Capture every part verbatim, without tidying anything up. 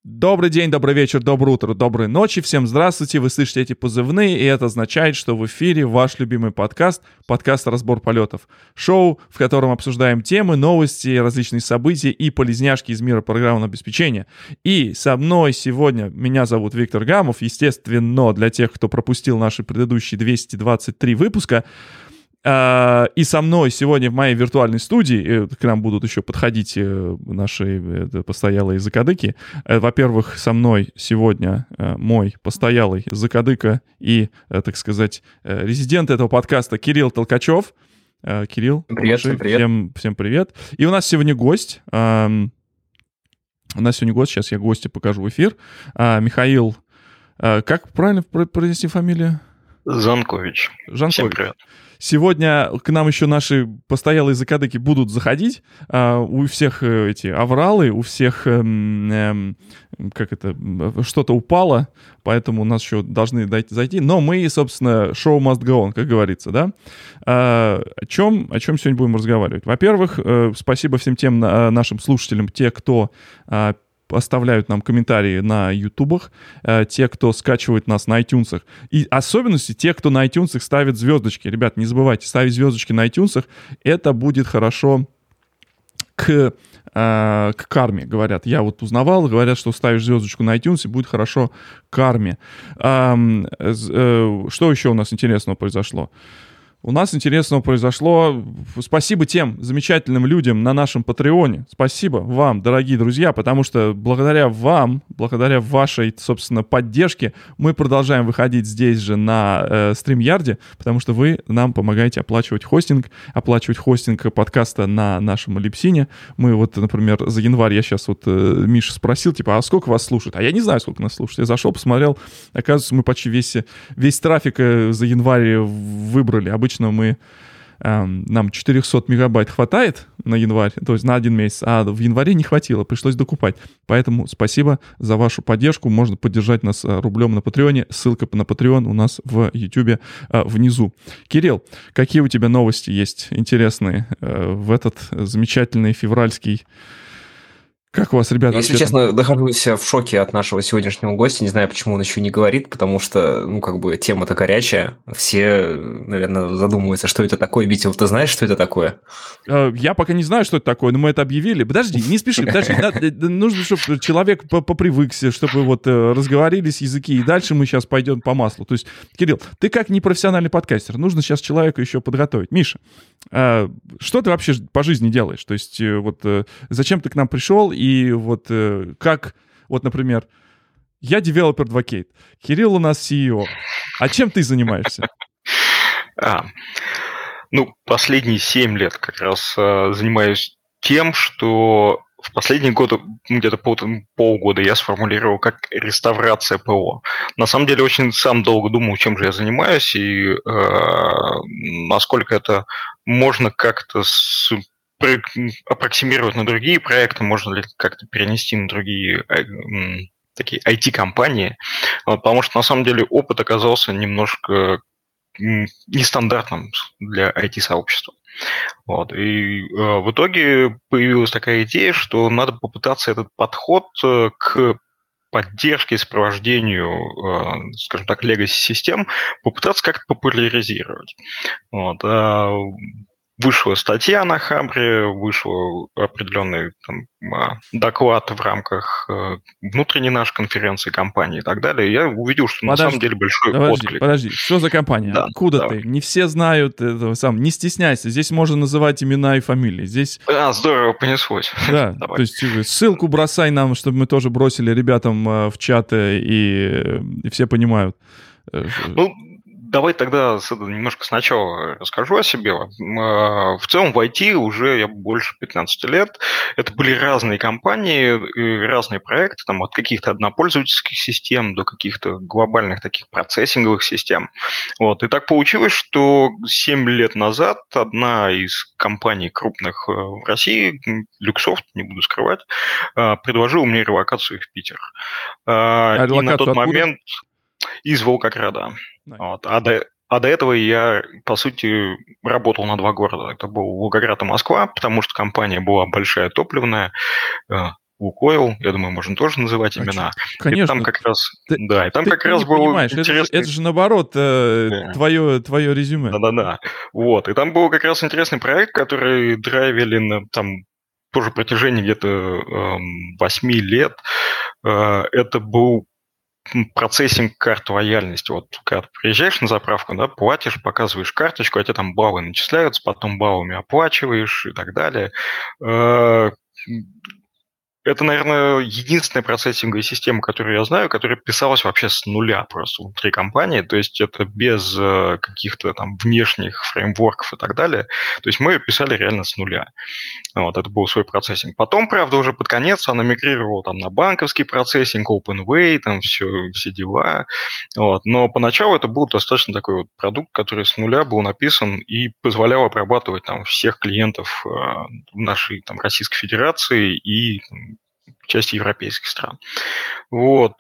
Добрый день, добрый вечер, доброе утро, доброй ночи. Всем здравствуйте. Вы слышите эти позывные, и это означает, что в эфире ваш любимый подкаст, подкаст «Разбор полетов». Шоу, в котором обсуждаем темы, новости, различные события и полезняшки из мира программного обеспечения. И со мной сегодня, меня зовут Виктор Гамов, естественно, для тех, кто пропустил наши предыдущие двести двадцать три выпуска. И со мной сегодня в моей виртуальной студии, к нам будут еще подходить наши постоялые закадыки. Во-первых, со мной сегодня мой постоялый закадыка и, так сказать, резидент этого подкаста Кирилл Толкачев. Кирилл, привет, всем привет. Всем, всем привет. И у нас сегодня гость. У нас сегодня гость, сейчас я гостя покажу в эфир. Михаил, как правильно произнести фамилию? Занкович. Жанкович. Всем привет. Сегодня к нам еще наши постоялые закадыки будут заходить. А, у всех эти авралы, у всех эм, эм, как это, что-то упало, поэтому у нас еще должны дойти, зайти. Но мы, собственно, show must go on, как говорится, да? А, о чем, о чем сегодня будем разговаривать? Во-первых, э, спасибо всем тем э, нашим слушателям, те, кто э, оставляют нам комментарии на ютубах, э, те, кто скачивает нас на iTunes. И особенности те, кто на iTunes ставит звездочки. Ребят, не забывайте, ставить звездочки на iTunes, это будет хорошо к, э, к карме, говорят. Я вот узнавал, говорят, что ставишь звездочку на iTunes, будет хорошо к карме. Э, э, что еще у нас интересного произошло? У нас интересного произошло. Спасибо тем замечательным людям на нашем Патреоне. Спасибо вам, дорогие друзья, потому что благодаря вам, благодаря вашей, собственно, поддержке, мы продолжаем выходить здесь же на э, StreamYard, потому что вы нам помогаете оплачивать хостинг, оплачивать хостинг подкаста на нашем Липсине. Мы вот, например, за январь, я сейчас вот э, Миша спросил, типа, а сколько вас слушают? А я не знаю, сколько нас слушают. Я зашел, посмотрел, оказывается, мы почти весь, весь трафик за январь выбрали. Обычно мы, э, нам четыреста мегабайт хватает на январь, то есть на один месяц, а в январе не хватило, пришлось докупать. Поэтому спасибо за вашу поддержку. Можно поддержать нас рублем на Патреоне. Ссылка на Патреон у нас в Ютубе э, внизу. Кирилл, какие у тебя новости есть интересные э, в этот замечательный февральский... Как у вас, ребята? Если честно, нахожусь в шоке от нашего сегодняшнего гостя. Не знаю, почему он еще не говорит, потому что, ну, как бы, тема-то горячая. Все, наверное, задумываются, что это такое. Витя, ты знаешь, что это такое? Я пока не знаю, что это такое, но мы это объявили. Подожди, не спеши, подожди. Нужно, чтобы человек попривыкся, чтобы вот разговорились языки, и дальше мы сейчас пойдем по маслу. То есть, Кирилл, ты как непрофессиональный подкастер, нужно сейчас человека еще подготовить. Миша, что ты вообще по жизни делаешь? То есть, вот зачем ты к нам пришел, и вот как, вот, например, я девелопер Advocate, Кирилл у нас си и о. А чем ты занимаешься? А, ну, последние семь лет как раз а, занимаюсь тем, что в последние годы, где-то пол, полгода я сформулировал как реставрация ПО. На самом деле очень сам долго думал, чем же я занимаюсь, и э, насколько это можно как-то с, аппроксимировать на другие проекты, можно ли как-то перенести на другие такие ай ти-компании, потому что на самом деле опыт оказался немножко нестандартным для ай ти-сообщества. Вот. И э, в итоге появилась такая идея, что надо попытаться этот подход к поддержке и сопровождению, э, скажем так, legacy-систем, попытаться как-то популяризировать. Вот. А вышла статья на Хабре, вышел определенный там, доклад в рамках внутренней нашей конференции, компании и так далее. Я увидел, что подожди, на самом деле большой подожди, отклик. Подожди, что за компания? Да, Откуда давай. ты? Не все знают этого сам. Не стесняйся, здесь можно называть имена и фамилии. Здесь... А, здорово, понеслось. Да, то есть ссылку бросай нам, чтобы мы тоже бросили ребятам в чаты, и, и все понимают. Ну, давай тогда немножко сначала расскажу о себе. В целом в ай ти уже я больше пятнадцати лет. Это были разные компании, разные проекты, там, от каких-то однопользовательских систем до каких-то глобальных таких процессинговых систем. Вот. И так получилось, что семь лет назад одна из компаний крупных в России, Люксофт, не буду скрывать, предложила мне релокацию в Питер. А и на тот откуда? момент из Волгограда. Nice. Вот. А, до, а до этого я, по сути, работал на два города. Это был Волгоград и Москва, потому что компания была большая, топливная. Лукойл, я думаю, можно тоже называть имена. А конечно. И там как раз, ты, да, и там ты как не раз был понимаешь, интересный... это, же, это же наоборот э, да. твое, твое резюме. Да-да-да. Вот, и там был как раз интересный проект, который драйвили на там тоже протяжении где-то эм, восемь лет. Э, это был процессинг карт лояльности. Вот когда ты приезжаешь на заправку, да, платишь, показываешь карточку, а тебе там баллы начисляются, потом баллами оплачиваешь и так далее. Это, наверное, единственная процессинговая система, которую я знаю, которая писалась вообще с нуля просто внутри компании. То есть это без каких-то там внешних фреймворков и так далее. То есть мы ее писали реально с нуля. Вот, это был свой процессинг. Потом, правда, уже под конец она мигрировала там на банковский процессинг, OpenWay, там все, все дела. Вот. Но поначалу это был достаточно такой вот продукт, который с нуля был написан и позволял обрабатывать там всех клиентов нашей там, Российской Федерации и там, части европейских стран. Вот.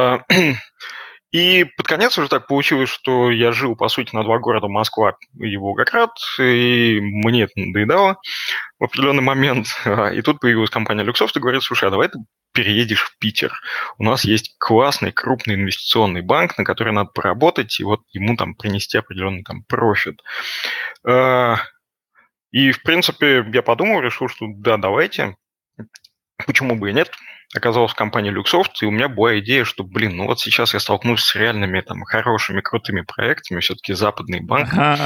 И под конец уже так получилось, что я жил, по сути, на два города, Москва и Волгоград, и мне это надоедало в определенный момент. И тут появилась компания Luxoft и говорит, слушай, а давай ты переедешь в Питер. У нас есть классный, крупный инвестиционный банк, на который надо поработать, и вот ему там принести определенный там профит. И, в принципе, я подумал, решил, что да, давайте. Почему бы и нет? Оказалась в компании Luxoft, и у меня была идея, что, блин, ну вот сейчас я столкнусь с реальными, там, хорошими, крутыми проектами, все-таки западный банк.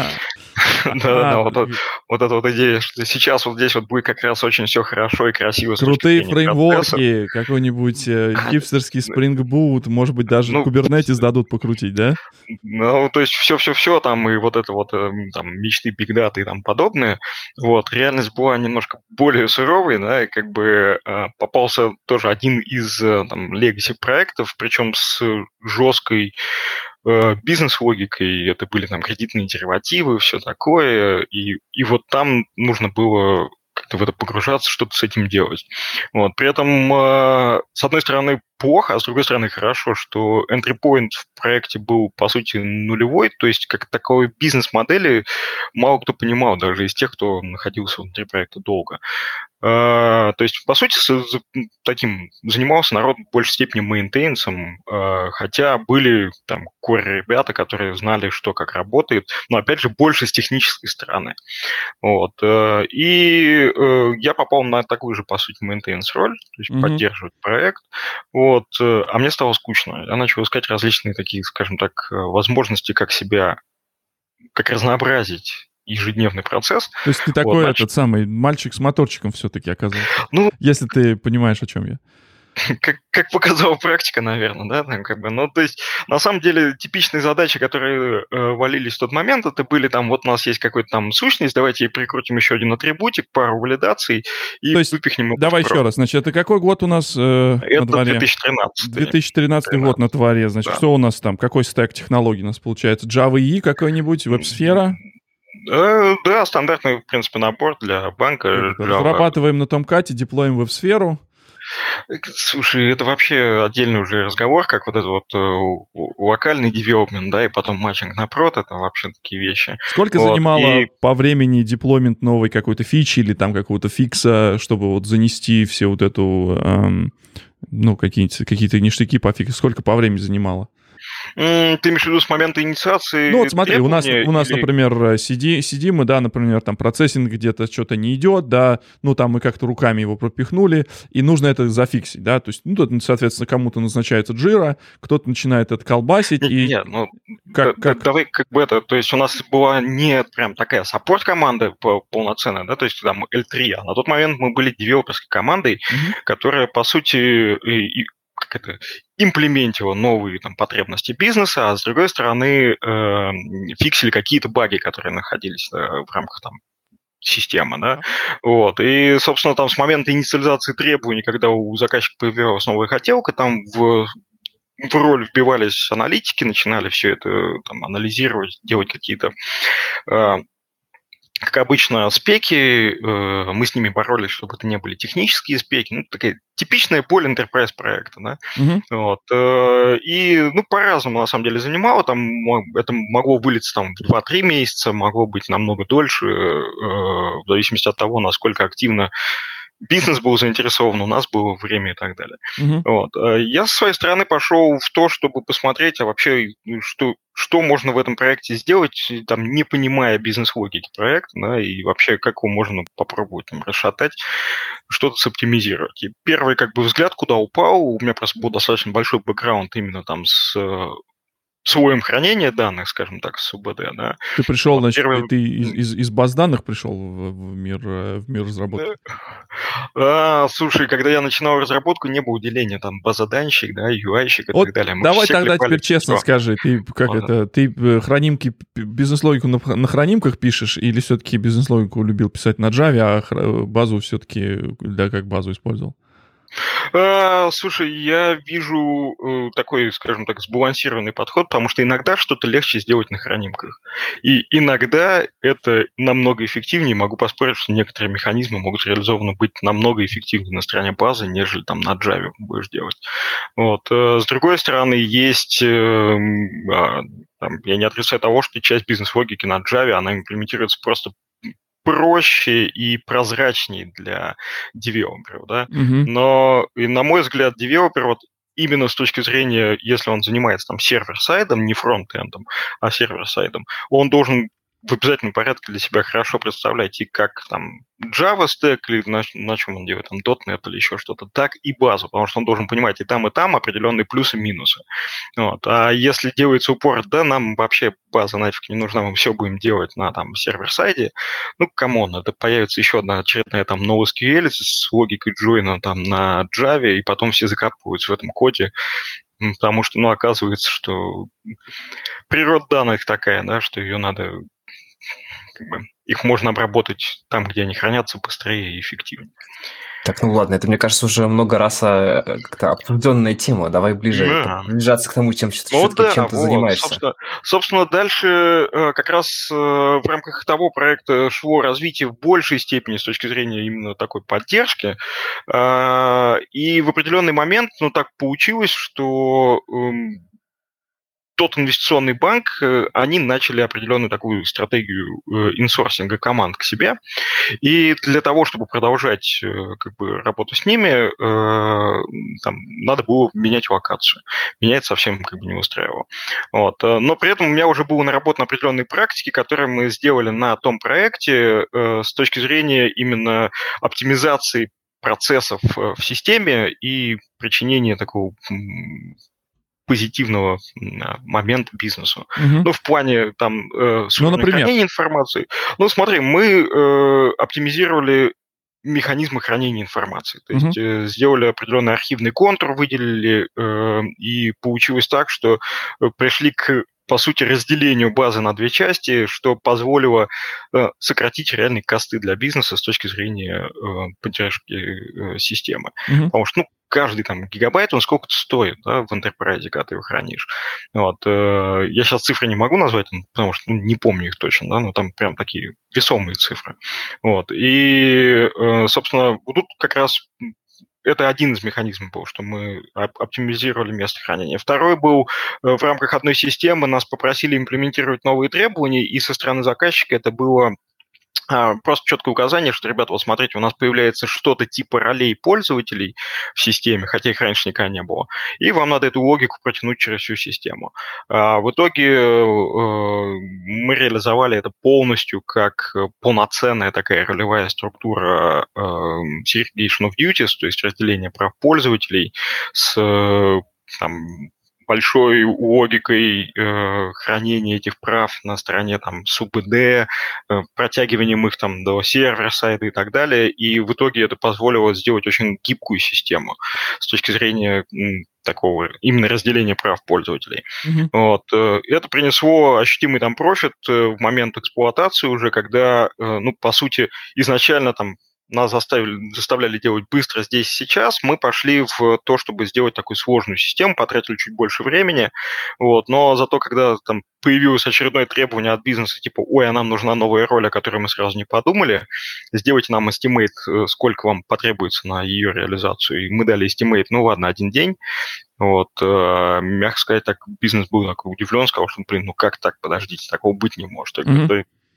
Да-да-да, вот эта вот идея, что сейчас вот здесь вот будет как раз очень все хорошо и красиво. Крутые фреймворки, какой-нибудь хипстерский Spring Boot, может быть, даже Kubernetes дадут покрутить, да? Ну, то есть все-все-все там, и вот это вот там мечты Big Data и там подобное. Вот, реальность была немножко более суровой, да, и как бы попался тоже один из там legacy проектов, причем с жесткой э, бизнес-логикой. Это были там кредитные деривативы, все такое. И, и вот там нужно было как-то в это погружаться, что-то с этим делать. Вот. При этом, э, с одной стороны, плохо, а с другой стороны, хорошо, что entry point в проекте был, по сути, нулевой, то есть как таковой бизнес-модели мало кто понимал, даже из тех, кто находился внутри проекта долго. Uh, то есть, по сути, с, с, таким занимался народ в большей степени мейнтейнсом, uh, хотя были там core-ребята, которые знали, что как работает, но, опять же, больше с технической стороны. Вот. Uh, и uh, я попал на такую же, по сути, мейнтейнс-роль, то есть mm-hmm. поддерживать проект. Вот. Uh, а мне стало скучно. Я начал искать различные такие, скажем так, возможности, как себя, как разнообразить ежедневный процесс. То есть ты такой вот, этот значит... самый мальчик с моторчиком все-таки оказался, ну, если ты понимаешь, о чем я. Как, как показала практика, наверное, да, там как бы, ну, то есть, на самом деле, типичные задачи, которые э, валились в тот момент, это были там, вот у нас есть какая-то там сущность, давайте ей прикрутим еще один атрибутик, пару валидаций и то есть, выпихнем его. Давай еще раз, значит, это какой год у нас э, это на дворе? две тысячи тринадцатый. две тысячи тринадцатый год на дворе, значит, да. Что у нас там, какой стек технологий у нас получается? Java и и какой-нибудь, веб-сфера? Да, да, стандартный, в принципе, набор для банка. Разрабатываем на Tomcat, деплоим в веб-сферу. Слушай, это вообще отдельный уже разговор, как вот это вот э, локальный девелопмент, да, и потом матчинг на прод, это вообще такие вещи. Сколько вот, занимало и... по времени деплоймент новой какой-то фичи или там какого-то фикса, чтобы вот занести все вот эту, эм, ну, какие-то, какие-то ништяки по фиксу, сколько по времени занимало? Ты имеешь в виду с момента инициации? Ну вот смотри, у нас, у нас или... например, сиди, сидим мы, да, например, там процессинг где-то что-то не идет, да, ну там мы как-то руками его пропихнули, и нужно это зафиксить, да, то есть, ну тут, соответственно, кому-то назначается джира, кто-то начинает это колбасить, нет, и... Нет, ну, как, да, как... давай как бы это, то есть у нас была не прям такая саппорт-команда полноценная, да, то есть там эл три, а на тот момент мы были девелоперской командой, mm-hmm. которая, по сути, и, как это, имплементила новые там, потребности бизнеса, а с другой стороны э, фиксили какие-то баги, которые находились э, в рамках там, системы. Да? Вот. И, собственно, там с момента инициализации требований, когда у заказчика появилась новая хотелка, там в, в роль вбивались аналитики, начинали все это там, анализировать, делать какие-то... Э, Как обычно, спеки, э, мы с ними боролись, чтобы это не были технические спеки, ну, такая типичная поле enterprise проекта, да, uh-huh. вот, э, и, ну, по-разному, на самом деле, занимало, там, это могло вылиться, там, в два-три месяца, могло быть намного дольше, э, в зависимости от того, насколько активно бизнес был заинтересован, у нас было время и так далее. Мгм. Вот. Я со своей стороны пошел в то, чтобы посмотреть, а вообще, что, что можно в этом проекте сделать, там, не понимая бизнес-логики проекта, да, и вообще, как его можно попробовать там, расшатать, что-то соптимизировать. И первый как бы взгляд, куда упал, у меня просто был достаточно большой бэкграунд именно там с слоем хранения данных, скажем так, с УБД, да. Ты пришел, Вот значит, первый- ты из, из, из баз данных пришел в, в мир, э, в мир разработки? А, слушай, когда я начинал разработку, не было деления там базоданщик, да, ю ай-щик и Вот так далее. Мы давай все тогда клепали теперь честно всё. скажи, ты как Вот. это, ты э, хранимки, п- бизнес-логику на, на хранимках пишешь или все-таки бизнес-логику любил писать на Java, а хра- базу все-таки, да, как базу использовал? А, слушай, я вижу э, такой, скажем так, сбалансированный подход, потому что иногда что-то легче сделать на хранимках. И иногда это намного эффективнее. Могу поспорить, что некоторые механизмы могут реализованы быть намного эффективнее на стороне базы, нежели там на Java будешь делать. Вот. э, С другой стороны, есть... э, м, а, там, я не отрицаю того, что часть бизнес-логики на Java, она имплементируется просто проще и прозрачнее для девелоперов, да. Мгм. Но, и, на мой взгляд, девелопер вот именно с точки зрения, если он занимается там сервер-сайдом, не фронт-эндом, а сервер-сайдом, он должен в обязательном порядке для себя хорошо представлять и как там Java Stack, или на, на чем он делает, там .дот нет или еще что-то, так и базу, потому что он должен понимать и там, и там определенные плюсы и минусы. Вот. А если делается упор, да, нам вообще база нафиг не нужна, мы все будем делать на там сервер-сайде, ну, камон, это появится еще одна очередная там NoSQL с логикой джойна там на Java, и потом все закапываются в этом коде, м, потому что, ну, оказывается, что природа данных такая, да, что ее надо, как бы, их можно обработать там, где они хранятся, быстрее и эффективнее. Так, ну ладно, это, мне кажется, уже много раз а, как-то обсужденная тема. Давай ближе Да. приближаться к тому, чем, Ну все-таки, да, чем ты вот, занимаешься. собственно, собственно, дальше э, как раз э, в рамках того проекта шло развитие в большей степени с точки зрения именно такой поддержки. А, И в определенный момент, ну так получилось, что эм, тот инвестиционный банк, э, они начали определенную такую стратегию э, инсорсинга команд к себе. И для того, чтобы продолжать э, как бы, работу с ними, э, там, надо было менять локацию. Меня это совсем как бы, не устраивало. Вот. э, Но при этом у меня уже было наработаны определенные практики, которые мы сделали на том проекте э, с точки зрения именно оптимизации процессов э, в системе и причинения такого м, позитивного м, а, момента бизнесу. Мгм. Ну, в плане там э, с Ну, уровня например? хранения информации. Ну, смотри, мы э, оптимизировали механизмы хранения информации. То Мгм. есть э, сделали определенный архивный контур, выделили, э, и получилось так, что э, пришли к, по сути, разделению базы на две части, что позволило э, сократить реальные косты для бизнеса с точки зрения э, поддержки э, системы. Мгм. Потому что, ну, каждый там гигабайт, он сколько-то стоит, да, в Enterprise, когда ты его хранишь. Вот. э, Я сейчас цифры не могу назвать, ну, потому что ну, не помню их точно, да, но там прям такие весомые цифры. Вот. И, э, собственно, вот тут как раз м, это один из механизмов был, что мы оп- оптимизировали место хранения. Второй был, э, в рамках одной системы нас попросили имплементировать новые требования, и со стороны заказчика это было а, просто четкое указание, что, ребята, вот смотрите, у нас появляется что-то типа ролей пользователей в системе, хотя их раньше никогда не было, и вам надо эту логику протянуть через всю систему. А, в итоге э, мы реализовали это полностью как полноценная такая ролевая структура э, segregation of duties, то есть разделение прав пользователей с э, там, большой логикой э, хранения этих прав на стороне там с УБД, э, протягиванием их там до сервер-сайда и так далее. И в итоге это позволило сделать очень гибкую систему с точки зрения м, такого именно разделения прав пользователей. Мгм. Вот. э, Это принесло ощутимый там профит э, в момент эксплуатации уже, когда, э, ну, по сути, изначально там нас заставили, заставляли делать быстро здесь и сейчас, мы пошли в то, чтобы сделать такую сложную систему, потратили чуть больше времени, вот, но зато когда там появилось очередное требование от бизнеса, типа, ой, а нам нужна новая роль, о которой мы сразу не подумали, сделайте нам estimate, э, сколько вам потребуется на ее реализацию, и мы дали estimate, ну ладно, один день, вот, э, мягко сказать, так бизнес был такой удивлен, сказал, что, блин, ну как так, подождите, такого быть не может. Я говорю, Мгм. «Да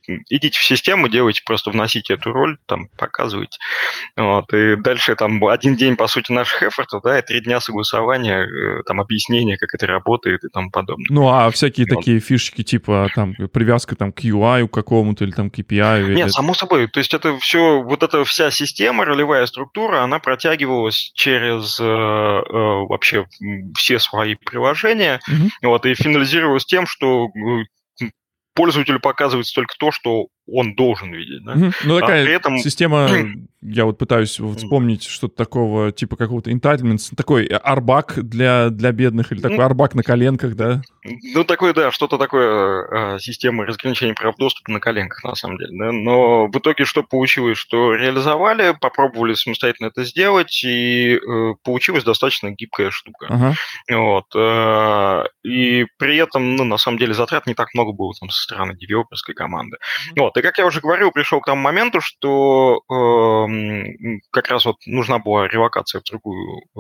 идите в систему, делайте, просто вносите эту роль, там, показывайте. Вот, и дальше там один день, по сути, наших эффортов, да, и три дня согласования, там, объяснения, как это работает и тому подобное. Ну, а всякие вот. такие фишечки, типа, там, привязка там к ю ай какому-то или там к кей пи ай? Нет, или... само собой, то есть это все, вот эта вся система, ролевая структура, она протягивалась через э, э, вообще все свои приложения, mm-hmm. вот, и финализировалась тем, что пользователю показывается только то, что он должен видеть. Да? Mm-hmm. Ну, такая а при этом... система, я вот пытаюсь вот вспомнить что-то такого, типа какого-то entitlements, такой арбак для, для бедных, или такой mm-hmm. арбак на коленках, да? Ну, такое, да, что-то такое, э, система разграничения прав доступа на коленках, на самом деле. Да? Но в итоге что получилось? Что реализовали, попробовали самостоятельно это сделать, и э, получилась достаточно гибкая штука. Uh-huh. Вот, э, и при этом, ну, на самом деле, затрат не так много было там со стороны девелоперской команды. Uh-huh. Вот, и как я уже говорил, пришел к тому моменту, что э, как раз вот нужна была релокация в другую... Э,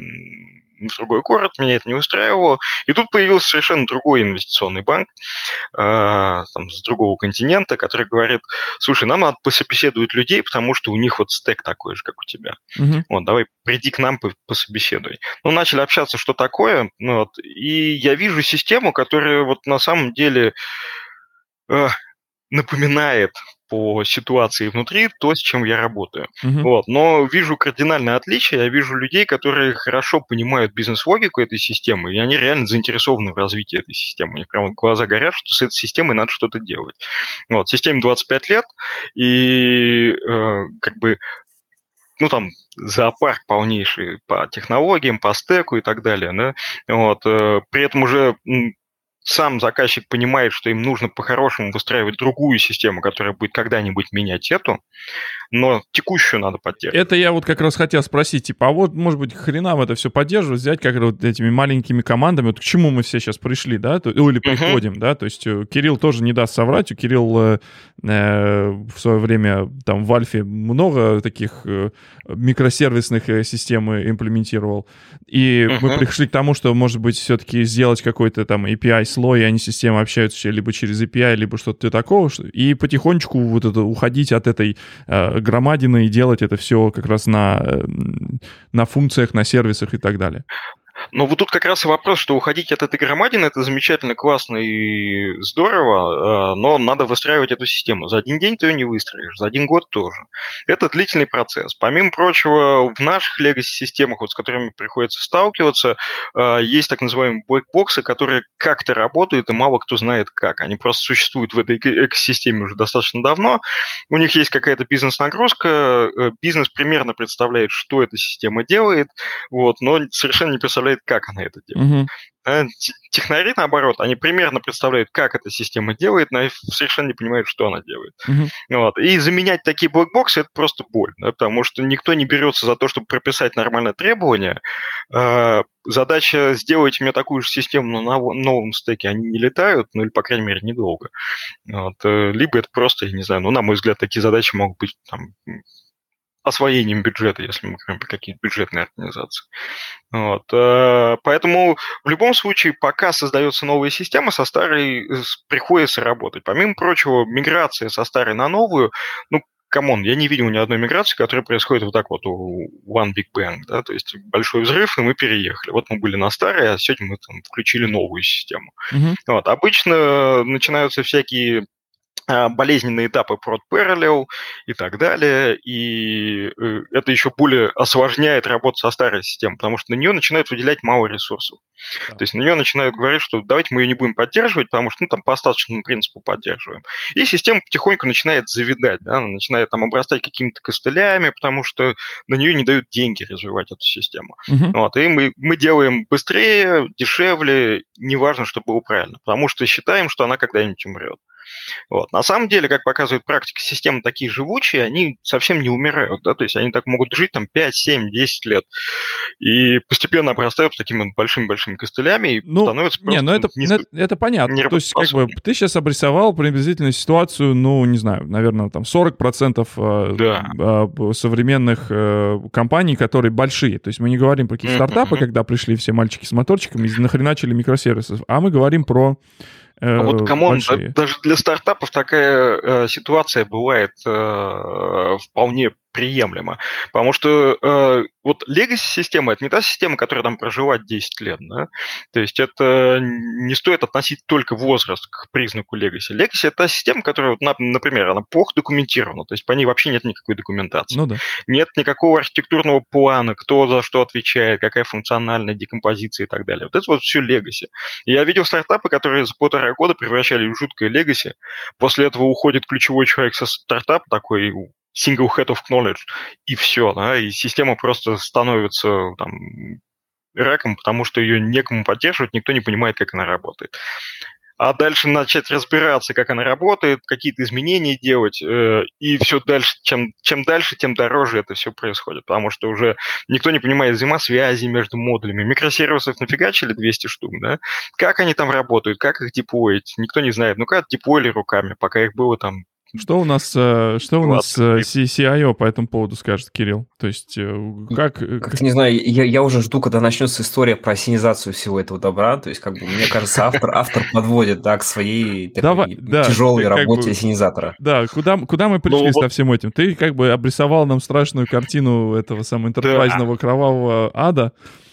в другой город, меня это не устраивало. И тут появился совершенно другой инвестиционный банк э, там, с другого континента, который говорит, слушай, нам надо пособеседовать людей, потому что у них вот стек такой же, как у тебя. Uh-huh. Вот, давай приди к нам, пособеседуй. Ну, начали общаться, что такое, ну, вот, и я вижу систему, которая вот на самом деле э, напоминает по ситуации внутри то, с чем я работаю. Uh-huh. Вот. Но вижу кардинальное отличие. Я вижу людей, которые хорошо понимают бизнес-логику этой системы, и они реально заинтересованы в развитии этой системы. У них прямо глаза горят, что с этой системой надо что-то делать. Вот. Системе двадцать пять лет, и э, как бы ну, там, зоопарк полнейший по технологиям, по стеку и так далее. Да? Вот. Э, при этом уже... сам заказчик понимает, что им нужно по-хорошему выстраивать другую систему, которая будет когда-нибудь менять эту, но текущую надо поддерживать. Это я вот как раз хотел спросить, типа, а вот, может быть, хрена это все поддерживать, взять как вот этими маленькими командами, вот к чему мы все сейчас пришли, да, то, или приходим, uh-huh. да, то есть Кирилл тоже не даст соврать, у Кирилла э, в свое время там в Альфе много таких э, микросервисных э, систем имплементировал, и uh-huh. мы пришли к тому, что, может быть, все-таки сделать какой-то там эй пи ай слой, и они системы общаются либо через эй пи ай, либо что-то такого, и потихонечку вот это, уходить от этой э, громадины и делать это все как раз на, э, на функциях, на сервисах и так далее. Но вот тут как раз и вопрос, что уходить от этой громадины – это замечательно, классно и здорово, но надо выстраивать эту систему. За один день ты ее не выстроишь, за один год тоже. Это длительный процесс. Помимо прочего, в наших легаси-системах, вот, с которыми приходится сталкиваться, есть так называемые блэкбоксы, которые как-то работают, и мало кто знает как. Они просто существуют в этой экосистеме уже достаточно давно. У них есть какая-то бизнес-нагрузка, бизнес примерно представляет, что эта система делает, вот, но совершенно не представляет, как она это делает. Uh-huh. Технари, наоборот, они примерно представляют, как эта система делает, но совершенно не понимают, что она делает. Uh-huh. Вот. И заменять такие блэкбоксы – это просто боль, да, потому что никто не берется за то, чтобы прописать нормальное требование. Задача сделать мне такую же систему на новом стеке, они не летают, ну или, по крайней мере, недолго. Вот. Либо это просто, я не знаю, ну, на мой взгляд, такие задачи могут быть там, освоением бюджета, если мы говорим про какие-то бюджетные организации. Вот. Поэтому в любом случае, пока создается новая система, со старой приходится работать. Помимо прочего, миграция со старой на новую, ну, камон, я не видел ни одной миграции, которая происходит вот так вот у One Big Bang, да, то есть большой взрыв, и мы переехали. Вот мы были на старой, а сегодня мы там включили новую систему. Mm-hmm. Вот. Обычно начинаются всякие болезненные этапы prod parallel и так далее, и это еще более осложняет работу со старой системой, потому что на нее начинают выделять мало ресурсов. Да. То есть на нее начинают говорить, что давайте мы ее не будем поддерживать, потому что ну, там по остаточному принципу поддерживаем. И система потихоньку начинает завидать, да, она начинает там обрастать какими-то костылями, потому что на нее не дают деньги развивать эту систему. Угу. Вот, и мы, мы делаем быстрее, дешевле, неважно, что было правильно, потому что считаем, что она когда-нибудь умрет. Вот. На самом деле, как показывает практика, системы такие живучие, они совсем не умирают, да, то есть они так могут жить там пять, семь, десять лет и постепенно обрастают такими большими-большими костылями и ну, становятся просто... Не, ну это, не, это, это понятно, то есть как бы ты сейчас обрисовал приблизительно ситуацию, ну, не знаю, наверное, там сорок процентов да. современных компаний, которые большие, то есть мы не говорим про какие-то mm-hmm. стартапы, когда пришли все мальчики с моторчиками и нахреначили микросервисов, а мы говорим про А вот, э, камон, да- большие. даже для стартапов такая э, ситуация бывает э, вполне приемлема. Потому что э, вот legacy-система — это не та система, которая там проживает десять лет, да? То есть это не стоит относить только возраст к признаку legacy. Legacy — это та система, которая, вот, на- например, она плохо документирована, то есть по ней вообще нет никакой документации. Ну да. Нет никакого архитектурного плана, кто за что отвечает, какая функциональная декомпозиция и так далее. Вот это вот все legacy. И я видел стартапы, которые за полтора года превращали в жуткое legacy. После этого уходит ключевой человек со стартапа, такой single head of knowledge, и все, да, и система просто становится там раком, потому что ее некому поддерживать, никто не понимает, как она работает. А дальше начать разбираться, как она работает, какие-то изменения делать, э, и все дальше, чем, чем дальше, тем дороже это все происходит, потому что уже никто не понимает взаимосвязи между модулями. Микросервисов нафигачили двести штук, да? Как они там работают, как их деплоить, никто не знает. Ну, как деплоили руками, пока их было там... Что у нас, э, что у нас двадцать. э, си си ай о по этому поводу скажет, Кирилл? То есть э, как... э, Как-то не знаю, я, я уже жду, когда начнется история про осенизацию всего этого добра. То есть, как бы, мне кажется, автор, автор подводит, да, к своей Давай, такой да, тяжелой ты как работе бы- осенизатора. Да, куда, м- куда мы пришли Ну, со вот- всем этим? Ты как бы обрисовал нам страшную картину этого самого интерпрайзного кровавого ада.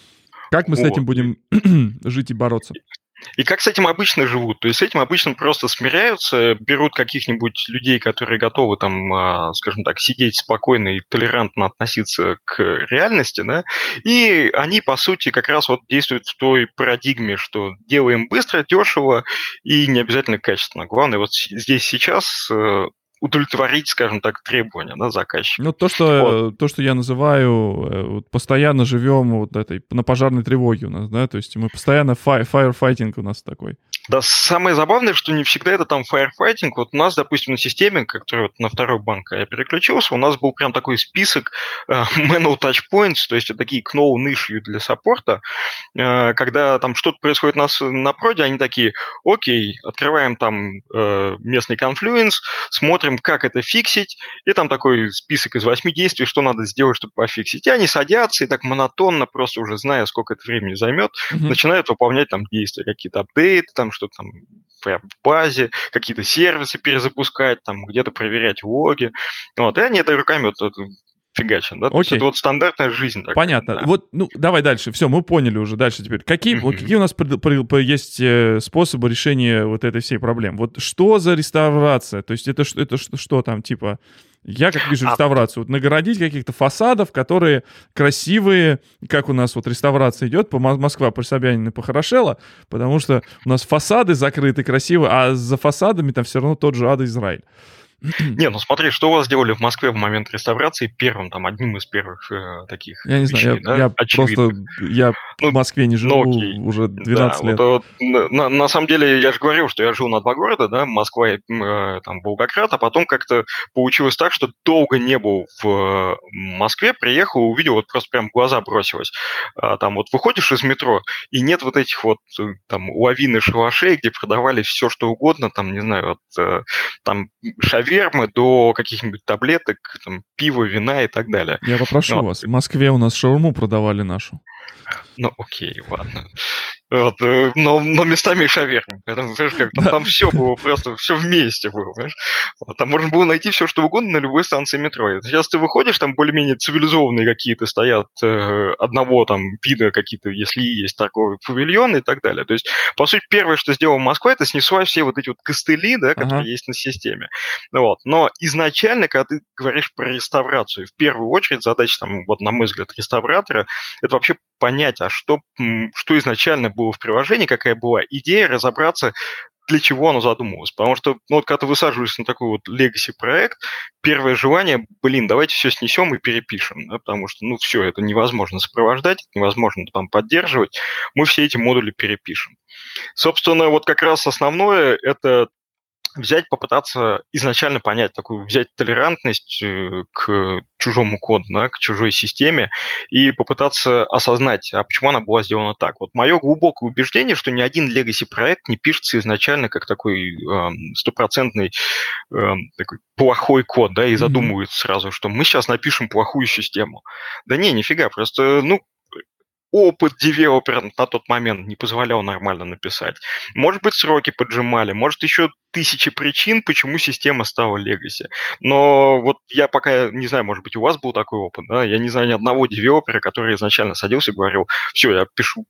Как мы с Вот. этим будем жить и бороться? И как с этим обычно живут? То есть с этим обычно просто смиряются, берут каких-нибудь людей, которые готовы там, а, скажем так, сидеть спокойно и толерантно относиться к реальности, да, и они, по сути, как раз вот действуют в той парадигме, что делаем быстро, дешево и не обязательно качественно. Главное вот с- здесь сейчас э, удовлетворить, скажем так, требования, да, заказчика. Ну, то, что, э, то, что я называю, э, вот постоянно живем вот этой, на пожарной тревоге у нас, да, то есть мы постоянно фай, firefighting у нас такой. Да, самое забавное, что не всегда это там firefighting. Вот у нас, допустим, на системе, которая вот на второй банк я переключился, у нас был прям такой список э, manual touchpoints, то есть это такие known issue для саппорта. Э, когда там что-то происходит на, с- на проде, они такие: окей, открываем там э, местный Confluence, смотрим, как это фиксить, и там такой список из восьми действий, что надо сделать, чтобы пофиксить. И они садятся и так монотонно, просто уже зная, сколько это времени займет, Мгм. начинают выполнять там действия, какие-то апдейты, там что-то там прям в базе, какие-то сервисы перезапускать, там где-то проверять логи. Вот, и они это руками вот, вот фигачат, да? То есть Окей. это вот стандартная жизнь такая. Понятно. да. Вот, ну, давай дальше. Все, мы поняли уже. Дальше теперь. Какие, вот Мгм. какие у нас пред- пред- по- есть э, способы решения вот этой всей проблемы? Вот что за реставрация? То есть это, ш- это ш- что там, типа... Я как вижу А- реставрацию. Вот нагородить каких-то фасадов, которые красивые, как у нас вот реставрация идет, по Мо- Москва по Собянину похорошела, потому что у нас фасады закрыты красиво, а за фасадами там все равно тот же ада Израиль. Не, ну смотри, что у вас сделали в Москве в момент реставрации первым, там, одним из первых э, таких Я не знаю, вещей, я, да, я очевидных. просто я Ну, в Москве не ну, живу окей. уже двенадцать Да, лет. вот, вот, на, на- на самом деле, я же говорил, что я жил на два города, да, Москва и э, там, Волгоград, а потом как-то получилось так, что долго не был в э, Москве, приехал, увидел, вот просто прям в глаза бросилось. А, там вот выходишь из метро, и нет вот этих вот э, там лавины шалашей, где продавали все, что угодно, там, не знаю, от э, там шавермы до каких-нибудь таблеток, там, пива, вина и так далее. Я попрошу Вот. вас, в Москве у нас шаурму продавали нашу. Ну, окей, ладно. Вот, э, но, но местами и шаверма. Поэтому, знаешь, как, там, Да. там все было, просто все вместе было, понимаешь? Вот, там можно было найти все, что угодно на любой станции метро. И сейчас ты выходишь, там более-менее цивилизованные какие-то стоят э, одного там вида какие-то, если есть торговые павильоны и так далее. То есть, по сути, первое, что сделала Москва, это снесла все вот эти вот костыли, да, которые Ага. есть на системе. Ну вот. Но изначально, когда ты говоришь про реставрацию, в первую очередь задача, там, вот, на мой взгляд, реставратора, это вообще понять, а что, м, что изначально было в приложении, какая была идея, разобраться, для чего оно задумывалось. Потому что, ну, вот когда ты высаживаешься на такой вот legacy-проект, первое желание, блин, давайте все снесем и перепишем, да, потому что, ну, все, это невозможно сопровождать, невозможно там поддерживать, мы все эти модули перепишем. Собственно, вот как раз основное – это взять, попытаться изначально понять, такую взять толерантность э, к чужому коду, да, к чужой системе и попытаться осознать, а почему она была сделана так. Вот мое глубокое убеждение, что ни один legacy проект не пишется изначально как такой эм, стопроцентный эм, такой плохой код, да, и Мгм. задумывается сразу, что мы сейчас напишем плохую систему. Да не, нифига, просто, ну, опыт девелопера на тот момент не позволял нормально написать. Может быть, сроки поджимали, может, еще тысячи причин, почему система стала легаси. Но вот я пока не знаю, может быть, у вас был такой опыт, да? Я не знаю ни одного девелопера, который изначально садился и говорил, все, я пишу.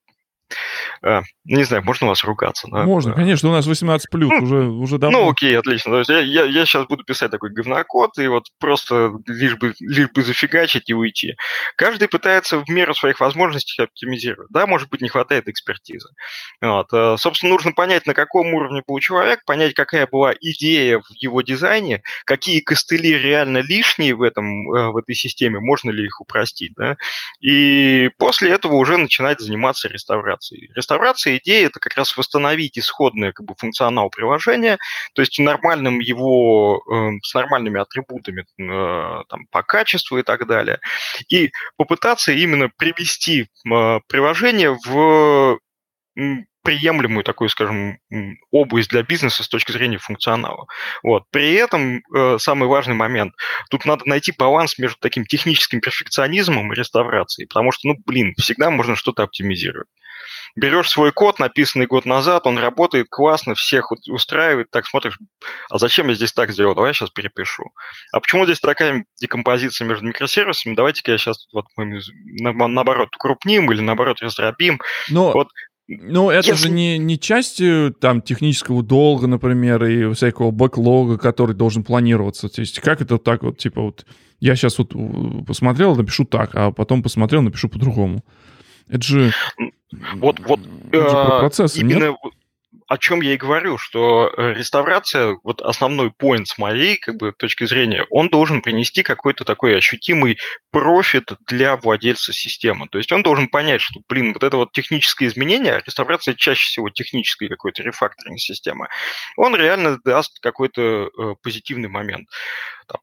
А, не знаю, можно у вас ругаться? Да? Можно, конечно, у нас восемнадцать плюс, ну, уже, уже давно. Ну, окей, отлично. То есть я, я, я сейчас буду писать такой говнокод, и вот просто лишь бы, лишь бы зафигачить и уйти. Каждый пытается в меру своих возможностей оптимизировать. Да, может быть, не хватает экспертизы. Вот. Собственно, нужно понять, на каком уровне был человек, понять, какая была идея в его дизайне, какие костыли реально лишние в, этом, в этой системе, можно ли их упростить. Да? И после этого уже начинать заниматься реставрацией. Реставрация идеи – это как раз восстановить исходный как бы, функционал приложения, то есть нормальным его, э, с нормальными атрибутами э, там, по качеству и так далее. И попытаться именно привести э, приложение в м, приемлемую такую, скажем, область для бизнеса с точки зрения функционала. Вот. При этом э, самый важный момент. Тут надо найти баланс между таким техническим перфекционизмом и реставрацией, потому что, ну, блин, всегда можно что-то оптимизировать. Берешь свой код, написанный год назад, он работает классно, всех устраивает, так смотришь, а зачем я здесь так сделал, давай я сейчас перепишу. А почему здесь такая декомпозиция между микросервисами, давайте-ка я сейчас вот мы, наоборот укрупним или наоборот раздробим. Но... Вот. Ну, это Если... же не, не часть там технического долга, например, и всякого бэклога, который должен планироваться. То есть как это так вот, типа вот, я сейчас вот посмотрел, напишу так, а потом посмотрел, напишу по-другому. Это же... Вот, вот процесс, именно о чем я и говорю, что реставрация, вот основной поинт с моей как бы, точки зрения, он должен принести какой-то такой ощутимый профит для владельца системы. То есть он должен понять, что, блин, вот это вот техническое изменение, реставрация чаще всего технической какой-то рефакторинг системы, он реально даст какой-то э, позитивный момент. Там,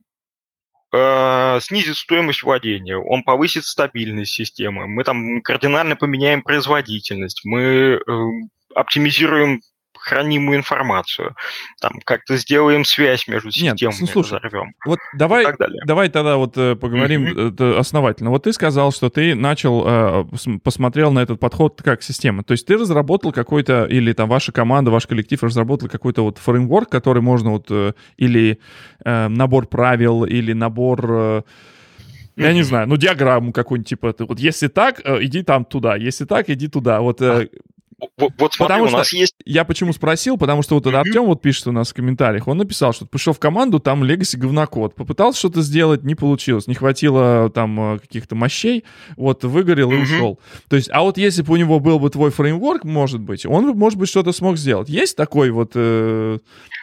снизит стоимость владения, он повысит стабильность системы, мы там кардинально поменяем производительность, мы э, оптимизируем хранимую информацию, там как-то сделаем связь между системами, Нет, слушай, разорвем. Вот давай, давай тогда вот э, поговорим mm-hmm. основательно. Вот ты сказал, что ты начал, э, посмотрел на этот подход как система. То есть ты разработал какой-то, или там ваша команда, ваш коллектив разработал какой-то вот фреймворк, который можно вот, э, или э, набор правил, или набор... Э, Я mm-hmm. не знаю, ну, диаграмму какую-нибудь, типа, вот если так, иди там туда, если так, иди туда. Вот, а, вот, вот смотри, потому у что нас есть... Я почему спросил, потому что вот mm-hmm. Артем вот пишет у нас в комментариях, он написал, что пришел в команду, там Legacy говнокод, попытался что-то сделать, не получилось, не хватило там каких-то мощей, вот, выгорел mm-hmm. и ушел. То есть, а вот если бы у него был бы твой фреймворк, может быть, он, может быть, что-то смог сделать. Есть такой вот... Э...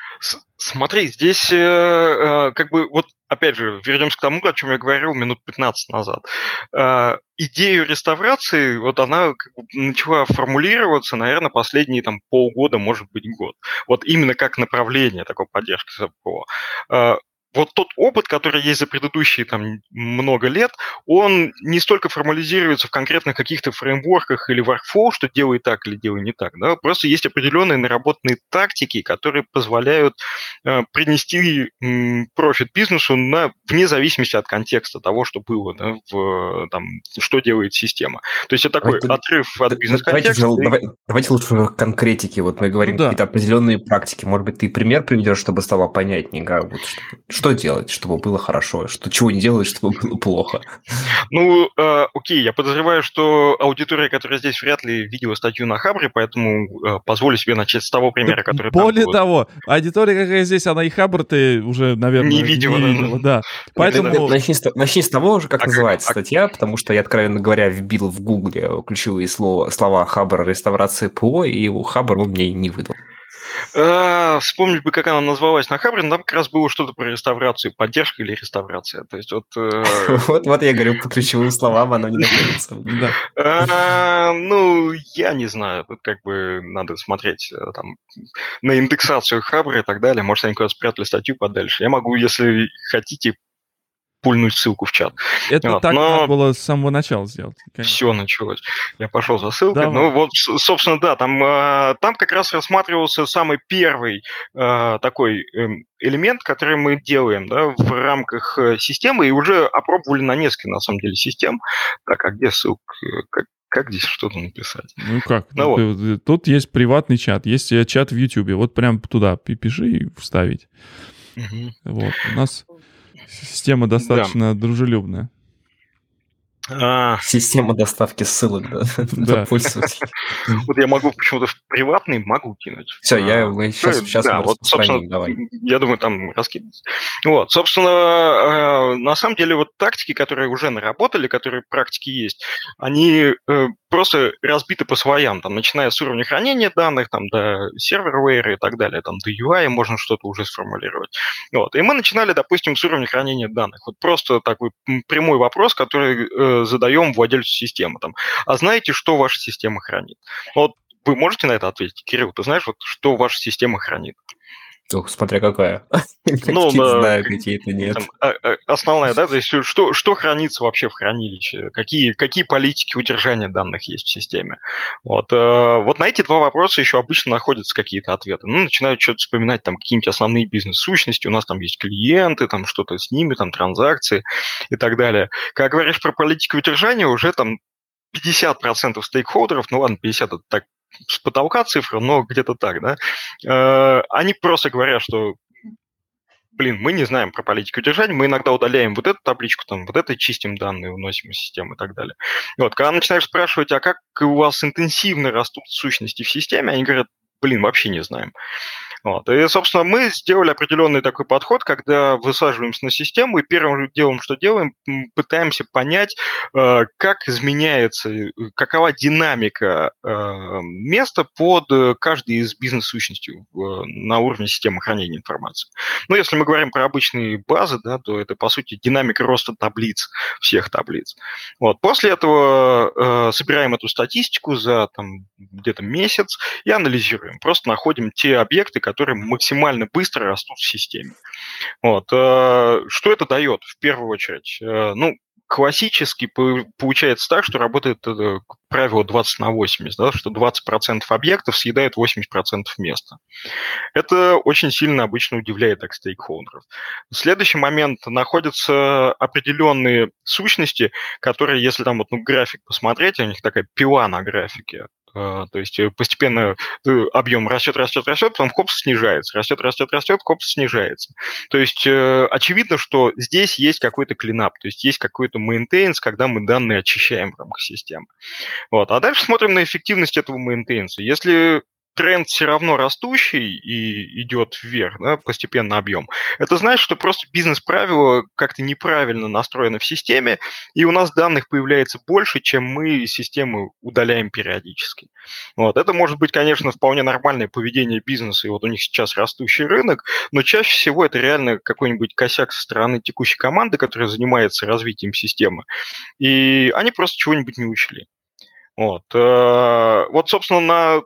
Смотри, здесь э, э, как бы вот опять же вернемся к тому, о чем я говорил минут пятнадцать назад. Э, идею реставрации вот она как бы начала формулироваться, наверное, последние там полгода, может быть, год. Вот именно как направление такой поддержки ЗПО. Э, Вот тот опыт, который есть за предыдущие там, много лет, он не столько формализируется в конкретных каких-то фреймворках или workflow, что делай так или делай не так. Да? Просто есть определенные наработанные тактики, которые позволяют э, принести м, профит бизнесу на, вне зависимости от контекста того, что было, да, в, там, что делает система. То есть это такой давайте, отрыв от да, бизнес-контекста. Давайте, и... давайте, давайте лучше конкретики. Вот мы говорим ну, да. какие-то определенные практики. Может быть, ты пример приведешь, чтобы стало понятнее, как вот, что Что делать, чтобы было хорошо? Что, чего не делать, чтобы было плохо? Ну, э, окей, я подозреваю, что аудитория, которая здесь, вряд ли видела статью на Хабре, поэтому э, позволю себе начать с того примера, да, который более там того, аудитория, какая здесь, она и Хабр ты уже, наверное, не видела. Не видела да. Поэтому... Начни, начни с того же, как а называется как? статья, потому что я, откровенно говоря, вбил в Гугле ключевые слова, слова Хабр реставрации ПО, и у Хабр он мне не выдал. А, вспомнить бы, как она называлась на Хабре, там как раз было что-то про реставрацию, поддержка или реставрация. То есть вот... Вот, вот я говорю, по ключевым словам оно не находится. Ну, я не знаю, тут как бы надо смотреть там на индексацию Хабра и так далее. Может, они куда-то спрятали статью подальше. Я могу, если хотите, пульнуть ссылку в чат. Это вот, так но... надо было с самого начала сделать. Конечно. Все началось. Я пошел за ссылкой. Давай. Ну вот, собственно, да, там, там как раз рассматривался самый первый такой элемент, который мы делаем, да, в рамках системы, и уже опробовали на несколько, на самом деле, систем. Так, а где ссылка? как здесь что-то написать? Ну как? Ну, вот. Тут есть приватный чат, есть чат в Ютубе. Вот прям туда пиши и вставить. Угу. Вот. У нас система достаточно да. дружелюбная. А... Система доставки ссылок, да, для пользователей. Вот я могу почему-то в приватный могу кинуть. Все, я сейчас, сейчас да, вот, собственно, давай. Я думаю, там раскидывать. Вот, собственно, на самом деле, вот тактики, которые уже наработали, которые в практике есть, они просто разбиты по слоям, там, начиная с уровня хранения данных, там, до сервервейра и так далее, там, до ю ай можно что-то уже сформулировать. Вот, и мы начинали, допустим, с уровня хранения данных. Вот просто такой прямой вопрос, который э, задаем владельцу системы. Там, а знаете, что ваша система хранит? Вот вы можете на это ответить? Кирилл, ты знаешь, вот, что ваша система хранит? Ух, смотря какая. Ну, какие-то да, знаю, какие-то нет. Там, основная, да, то есть что, что хранится вообще в хранилище, какие, какие политики удержания данных есть в системе. Вот, вот на эти два вопроса еще обычно находятся какие-то ответы. Ну, начинают что-то вспоминать, там, какие-нибудь основные бизнес-сущности, у нас там есть клиенты, там, что-то с ними, там, транзакции и так далее. Как говоришь про политику удержания, уже там пятьдесят процентов стейкхолдеров, ну ладно, пятьдесят это так, с потолка цифра, но где-то так, да, э, они просто говорят, что, блин, мы не знаем про политику удержания, мы иногда удаляем вот эту табличку, там, вот это чистим данные, уносим из системы и так далее. Вот, когда начинаешь спрашивать, а как у вас интенсивно растут сущности в системе, они говорят, блин, вообще не знаем. Вот. И, собственно, мы сделали определенный такой подход, когда высаживаемся на систему, и первым делом, что делаем, пытаемся понять, как изменяется, какова динамика места под каждой из бизнес-сущностей на уровне системы хранения информации. Ну, если мы говорим про обычные базы, да, то это, по сути, динамика роста таблиц, всех таблиц. Вот. После этого собираем эту статистику за там, где-то месяц и анализируем. Просто находим те объекты, которые которые максимально быстро растут в системе. Вот. Что это дает в первую очередь? Ну, классически получается так, что работает правило двадцать на восемьдесят, да, что двадцать процентов объектов съедает восемьдесят процентов места. Это очень сильно обычно удивляет так стейкхолдеров. В следующий момент находятся определенные сущности, которые, если там вот, ну, график посмотреть, у них такая пила на графике, то есть постепенно объем растет, растет, растет, потом хопс снижается, растет, растет, растет, хопс снижается. То есть очевидно, что здесь есть какой-то клинап, то есть есть какой-то мейнтейнс, когда мы данные очищаем в рамках системы. Вот. А дальше смотрим на эффективность этого мейнтейнса. Если тренд все равно растущий и идет вверх, да, постепенно объем, это значит, что просто бизнес-правило как-то неправильно настроено в системе, и у нас данных появляется больше, чем мы системы удаляем периодически. Вот. Это может быть, конечно, вполне нормальное поведение бизнеса, и вот у них сейчас растущий рынок, но чаще всего это реально какой-нибудь косяк со стороны текущей команды, которая занимается развитием системы, и они просто чего-нибудь не учли. Вот, вот собственно, на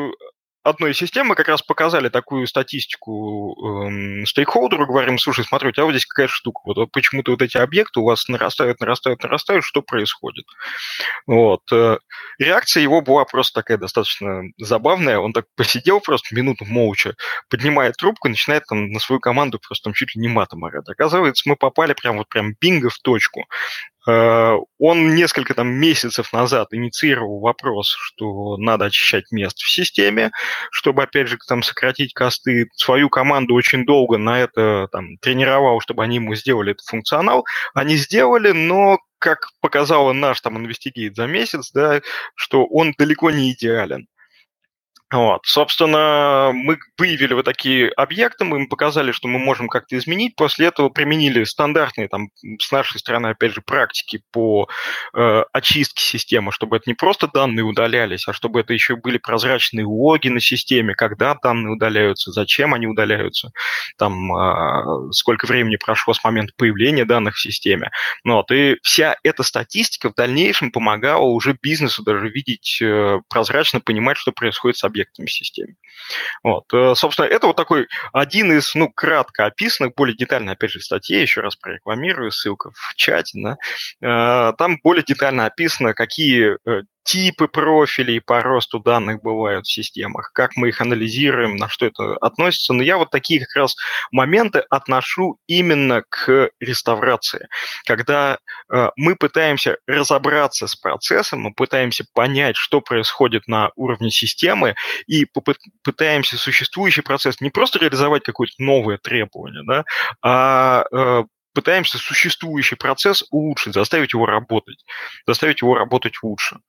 одной системы как раз показали такую статистику эм, стейкхолдеру, говорим, слушай, смотри, у тебя вот здесь какая-то штука, вот, вот почему-то вот эти объекты у вас нарастают, нарастают, нарастают, что происходит? Вот. Реакция его была просто такая достаточно забавная, он так посидел просто минуту молча, поднимает трубку и начинает там на свою команду просто там чуть ли не матом орать. Оказывается, мы попали прям вот прям бинго в точку. Он несколько там месяцев назад инициировал вопрос, что надо очищать место в системе, чтобы, опять же, там сократить косты. Свою команду очень долго на это там тренировал, чтобы они ему сделали этот функционал. Они сделали, но, как показало наш там инвестигейт за месяц, да, что он далеко не идеален. Вот. Собственно, мы выявили вот такие объекты, мы им показали, что мы можем как-то изменить. После этого применили стандартные, там, с нашей стороны, опять же, практики по э, очистке системы, чтобы это не просто данные удалялись, а чтобы это еще были прозрачные логи на системе, когда данные удаляются, зачем они удаляются, там, э, сколько времени прошло с момента появления данных в системе. Вот. И вся эта статистика в дальнейшем помогала уже бизнесу даже видеть, э, прозрачно понимать, что происходит с объектами в системе. Вот. Собственно, это вот такой один из, ну, кратко описанных, более детально, опять же, в статье, еще раз прорекламирую, ссылка в чате, да. Там более детально описано, какие типы профилей по росту данных бывают в системах, как мы их анализируем, на что это относится. Но я вот такие как раз моменты отношу именно к реставрации, когда э, мы пытаемся разобраться с процессом, мы пытаемся понять, что происходит на уровне системы, и пытаемся существующий процесс не просто реализовать какое-то новое требование, да, а э, пытаемся существующий процесс улучшить, заставить его работать, заставить его работать лучше.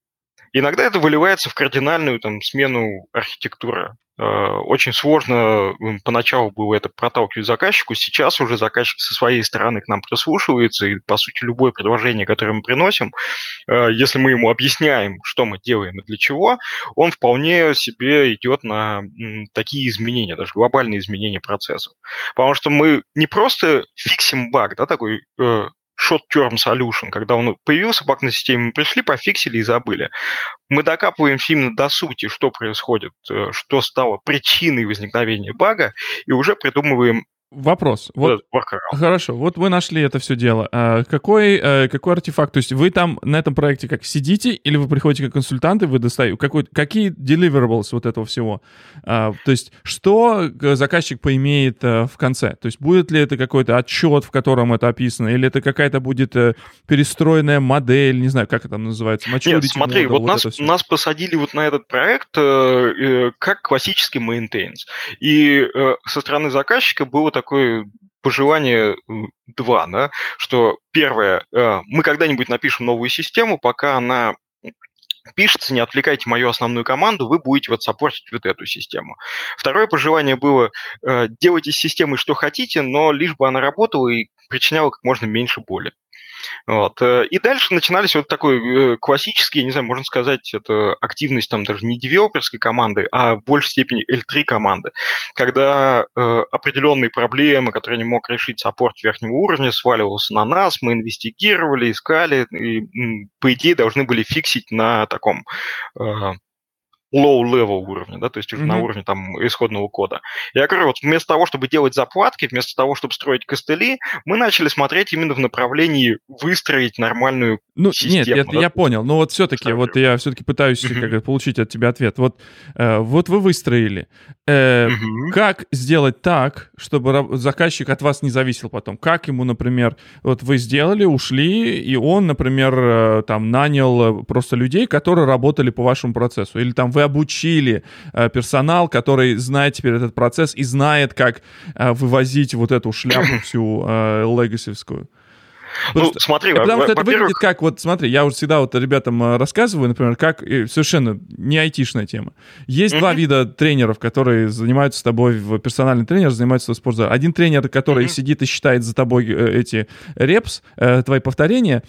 Иногда это выливается в кардинальную там, смену архитектуры. Очень сложно поначалу было это проталкивать заказчику, сейчас уже заказчик со своей стороны к нам прислушивается, и, по сути, любое предложение, которое мы приносим, если мы ему объясняем, что мы делаем и для чего, он вполне себе идет на такие изменения, даже глобальные изменения процессов. Потому что мы не просто фиксим баг, да, такой short-term solution, когда он появился, баг на системе, мы пришли, пофиксили и забыли. Мы докапываемся именно до сути, что происходит, что стало причиной возникновения бага, и уже придумываем Вопрос. Вот, хорошо, вот вы нашли это все дело. А какой, какой артефакт? То есть вы там на этом проекте как сидите, или вы приходите как консультанты, вы достаете... Какой, какие deliverables вот этого всего? А, то есть что заказчик поимеет а, в конце? То есть будет ли это какой-то отчет, в котором это описано, или это какая-то будет а, перестроенная модель, не знаю, как это там называется? Нет, смотри, model, вот, вот нас, нас посадили вот на этот проект э, э, как классический maintenance. И э, со стороны заказчика было такое такое пожелание два, да, что первое, мы когда-нибудь напишем новую систему, пока она пишется, не отвлекайте мою основную команду, вы будете вот саппортить вот эту систему. Второе пожелание было, делайте с системой что хотите, но лишь бы она работала и причиняла как можно меньше боли. Вот. И дальше начинались вот такой классический, я не знаю, можно сказать, это активность там даже не девелоперской команды, а в большей степени эл три команды, когда э, определенные проблемы, которые не мог решить саппорт верхнего уровня, сваливался на нас, мы инвестигировали, искали, и, по идее, должны были фиксить на таком... Э, low-level уровня, да, то есть уже mm-hmm. на уровне там исходного кода. Я говорю, вот вместо того, чтобы делать заплатки, вместо того, чтобы строить костыли, мы начали смотреть именно в направлении выстроить нормальную ну, систему. Нет, я, да? я понял, но вот все-таки, вот я все-таки пытаюсь mm-hmm. как, получить от тебя ответ. Вот, э, вот вы выстроили. Э, mm-hmm. Как сделать так, чтобы заказчик от вас не зависел потом? Как ему, например, вот вы сделали, ушли, и он, например, э, там нанял просто людей, которые работали по вашему процессу, или там вы обучили э, персонал, который знает теперь этот процесс и знает, как э, вывозить вот эту шляпу всю э, легасивскую. Ну, что, смотри, потому что это выглядит как, вот смотри, я уже всегда вот ребятам рассказываю, например, как совершенно не айтишная тема. Есть mm-hmm. два вида тренеров, которые занимаются с тобой, персональный тренер занимается в спортзале. Один тренер, который mm-hmm. сидит и считает за тобой эти репс, твои повторения,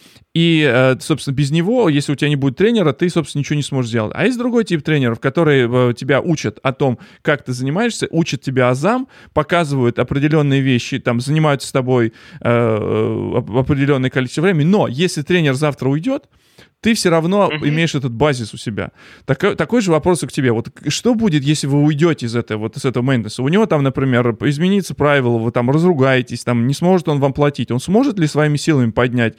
и, собственно, без него, если у тебя не будет тренера, ты, собственно, ничего не сможешь сделать. А есть другой тип тренеров, которые тебя учат о том, как ты занимаешься, учат тебя азам, показывают определенные вещи, там, занимаются с тобой э, определенное количество времени, но если тренер завтра уйдет, ты все равно mm-hmm. имеешь этот базис у себя. Так, такой же вопрос и к тебе. Вот что будет, если вы уйдете из этого, вот из этого мейнтенанса? У него там, например, изменится правило, вы там разругаетесь, там не сможет он вам платить. Он сможет ли своими силами поднять...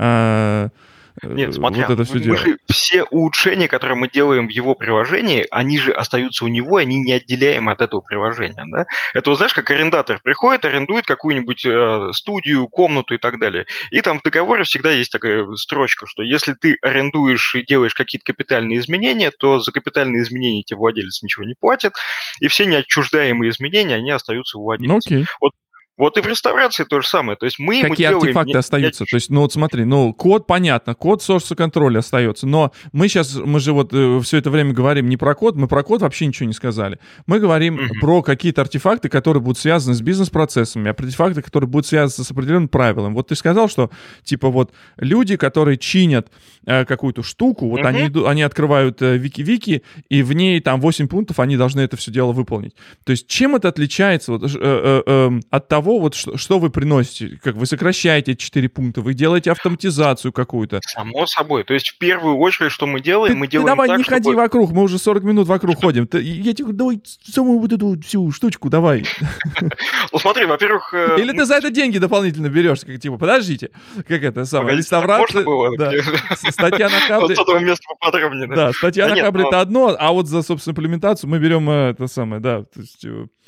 Э- Нет, смотри, вот это все, дело. все улучшения, которые мы делаем в его приложении, они же остаются у него, они неотделяемы от этого приложения. Да? Это, вот, знаешь, как арендатор приходит, арендует какую-нибудь э, студию, комнату и так далее. И там в договоре всегда есть такая строчка, что если ты арендуешь и делаешь какие-то капитальные изменения, то за капитальные изменения тебе владелец ничего не платит, и все неотчуждаемые изменения, они остаются у владельца. Ну, окей. Вот Вот и в реставрации то же самое. То есть мы Какие ему артефакты делаем... остаются? То есть, ну вот смотри, ну код понятно, код source контроля остается, но мы сейчас, мы же вот э, все это время говорим не про код, мы про код вообще ничего не сказали. Мы говорим mm-hmm. про какие-то артефакты, которые будут связаны с бизнес-процессами, артефакты, которые будут связаны с определенным правилом. Вот ты сказал, что типа вот люди, которые чинят э, какую-то штуку, вот mm-hmm. они, иду, они открывают э, вики-вики, и в ней там восемь пунктов, они должны это все дело выполнить. То есть чем это отличается вот, э, э, э, от того, того, вот что, что вы приносите? Как вы сокращаете эти четыре пункта, вы делаете автоматизацию какую-то? Само собой. То есть в первую очередь, что мы делаем, Ты, мы ты делаем давай так, не чтобы... ходи вокруг, мы уже сорок минут вокруг ходим. Ты, я тебе давай самую вот эту всю штучку давай. Ну смотри, во-первых... Или ты за это деньги дополнительно берешь, как типа, подождите, как это самое, реставрация... Да. Статья на Хабре... Вот с этого места поподробнее. Да, статья на Хабре — это одно, а вот за, собственно, имплементацию мы берем это самое, да, то есть...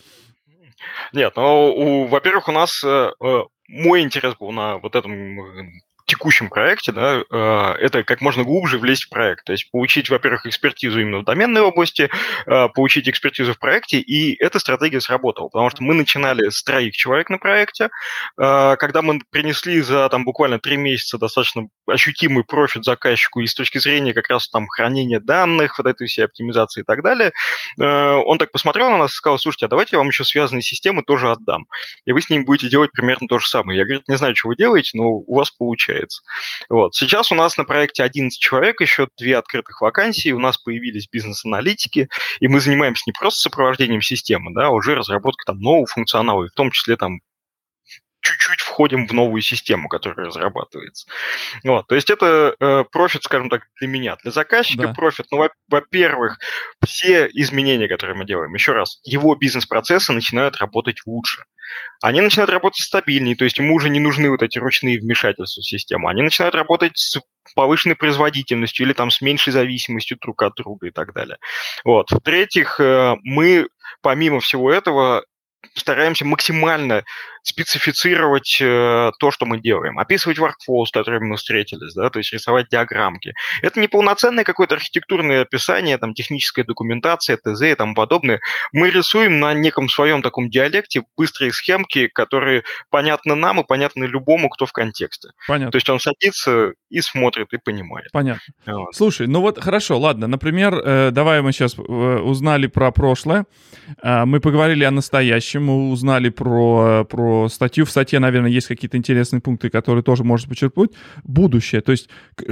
Нет, ну, у, во-первых, у нас э, мой интерес был на вот этом текущем проекте, да, э, это как можно глубже влезть в проект. То есть получить, во-первых, экспертизу именно в доменной области, э, получить экспертизу в проекте, и эта стратегия сработала, потому что мы начинали с троих человек на проекте. Э, когда мы принесли за там, буквально три месяца достаточно ощутимый профит заказчику и с точки зрения как раз там хранения данных, вот этой всей оптимизации и так далее, э, он так посмотрел на нас и сказал: слушайте, а давайте я вам еще связанные системы тоже отдам. И вы с ними будете делать примерно то же самое. Я, говорю, не знаю, что вы делаете, но у вас получается. Вот. Сейчас у нас на проекте одиннадцать человек, еще две открытых вакансии, у нас появились бизнес-аналитики, и мы занимаемся не просто сопровождением системы, да, а уже разработкой там нового функционала, и в том числе там чуть-чуть входим в новую систему, которая разрабатывается. Вот, то есть это э, профит, скажем так, для меня. Для заказчика да. профит, ну, во- во-первых, все изменения, которые мы делаем, еще раз, его бизнес-процессы начинают работать лучше. Они начинают работать стабильнее, то есть ему уже не нужны вот эти ручные вмешательства в систему. Они начинают работать с повышенной производительностью или там с меньшей зависимостью друг от друга и так далее. Вот. В-третьих, э, мы, помимо всего этого, стараемся максимально специфицировать э, то, что мы делаем, описывать workflow, с которыми мы встретились, да, то есть рисовать диаграммки. Это не полноценное какое-то архитектурное описание, там, техническая документация, ТЗ и тому подобное. Мы рисуем на неком своем таком диалекте быстрые схемки, которые понятны нам и понятны любому, кто в контексте. Понятно. То есть он садится и смотрит, и понимает. Понятно. Вот. Слушай, ну вот хорошо, ладно, например, э, давай мы сейчас э, узнали про прошлое, э, мы поговорили о настоящем, мы узнали про, про статью. В статье, наверное, есть какие-то интересные пункты, которые тоже можно почерпнуть. Будущее. То есть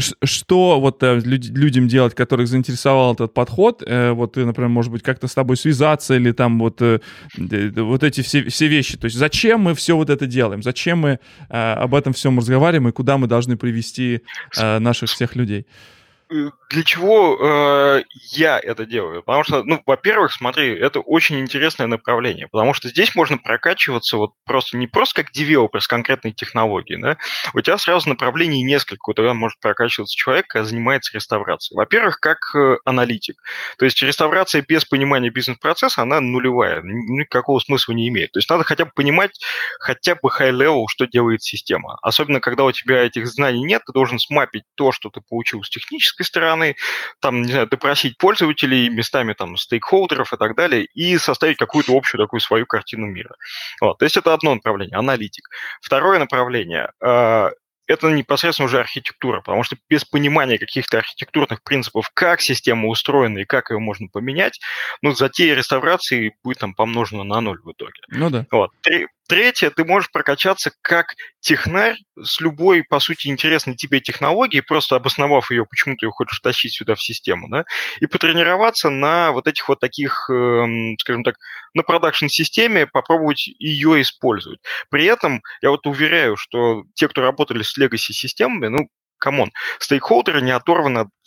что вот э, люд, людям делать, которых заинтересовал этот подход, э, вот, например, может быть, как-то с тобой связаться или там вот, э, вот эти все, все вещи. То есть зачем мы все вот это делаем? Зачем мы э, об этом всем разговариваем и куда мы должны привести э, наших всех людей? Для чего э, я это делаю? Потому что, ну, во-первых, смотри, это очень интересное направление, потому что здесь можно прокачиваться вот просто не просто как девелопер с конкретной технологией, да, у тебя сразу направлений несколько, куда может прокачиваться человек, который занимается реставрацией. Во-первых, как э, аналитик. То есть реставрация без понимания бизнес-процесса, она нулевая, никакого смысла не имеет. То есть надо хотя бы понимать хотя бы high-level, что делает система. Особенно, когда у тебя этих знаний нет, ты должен смапить то, что ты получил с технической стороны, там, не знаю, допросить пользователей, местами там стейкхолдеров и так далее, и составить какую-то общую такую свою картину мира. Вот. То есть это одно направление, аналитик. Второе направление э, это непосредственно уже архитектура, потому что без понимания каких-то архитектурных принципов, как система устроена и как ее можно поменять, ну, затея реставрации будет там помножена на ноль в итоге. Ну да. Вот. Третье, ты можешь прокачаться как технарь с любой, по сути, интересной тебе технологией, просто обосновав ее, почему ты ее хочешь тащить сюда в систему, да, и потренироваться на вот этих вот таких, э, скажем так, на продакшн-системе, попробовать ее использовать. При этом я вот уверяю, что те, кто работали с legacy-системами, ну, камон, стейкхолдеры не оторваны от...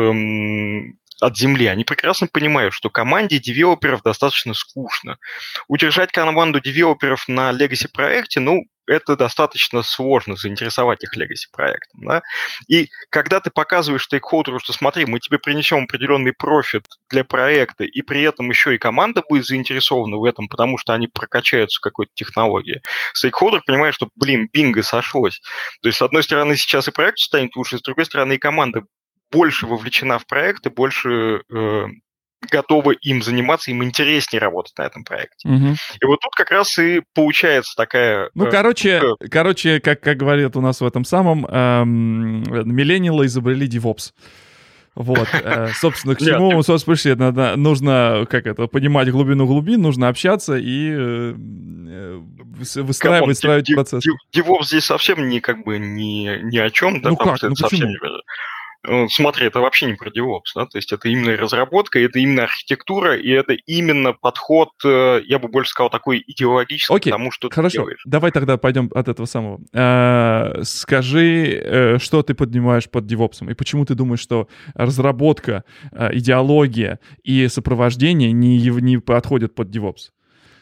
Э, от земли. Они прекрасно понимают, что команде девелоперов достаточно скучно. Удержать команду девелоперов на legacy-проекте, ну, это достаточно сложно заинтересовать их legacy-проектом. Да? И когда ты показываешь стейкхолдеру, что смотри, мы тебе принесем определенный профит для проекта, и при этом еще и команда будет заинтересована в этом, потому что они прокачаются в какой-то технологии, стейкхолдер понимает, что, блин, бинго сошлось. То есть, с одной стороны, сейчас и проект станет лучше, с другой стороны, и команда больше вовлечена в проект и больше э, готова им заниматься, им интереснее работать на этом проекте. Угу. И вот тут как раз и получается такая... Ну, э, короче, э, короче как, как говорят у нас в этом самом, эм, миллениалы изобрели DevOps. Вот, э, собственно, к чему мы, собственно, пришли. Надо, нужно, как это, понимать глубину глубин, нужно общаться и э, выстраивать, выстраивать процесс. DevOps здесь совсем не, как бы, ни, ни о чем, да, ну потому как? что Ну это почему? совсем не... смотри, это вообще не про DevOps, да, то есть это именно разработка, это именно архитектура, и это именно подход, я бы больше сказал, такой идеологический Окей, к тому, что хорошо. ты делаешь. Давай тогда пойдем от этого самого. А, скажи, что ты поднимаешь под DevOps, и почему ты думаешь, что разработка, идеология и сопровождение не, не подходят под DevOps?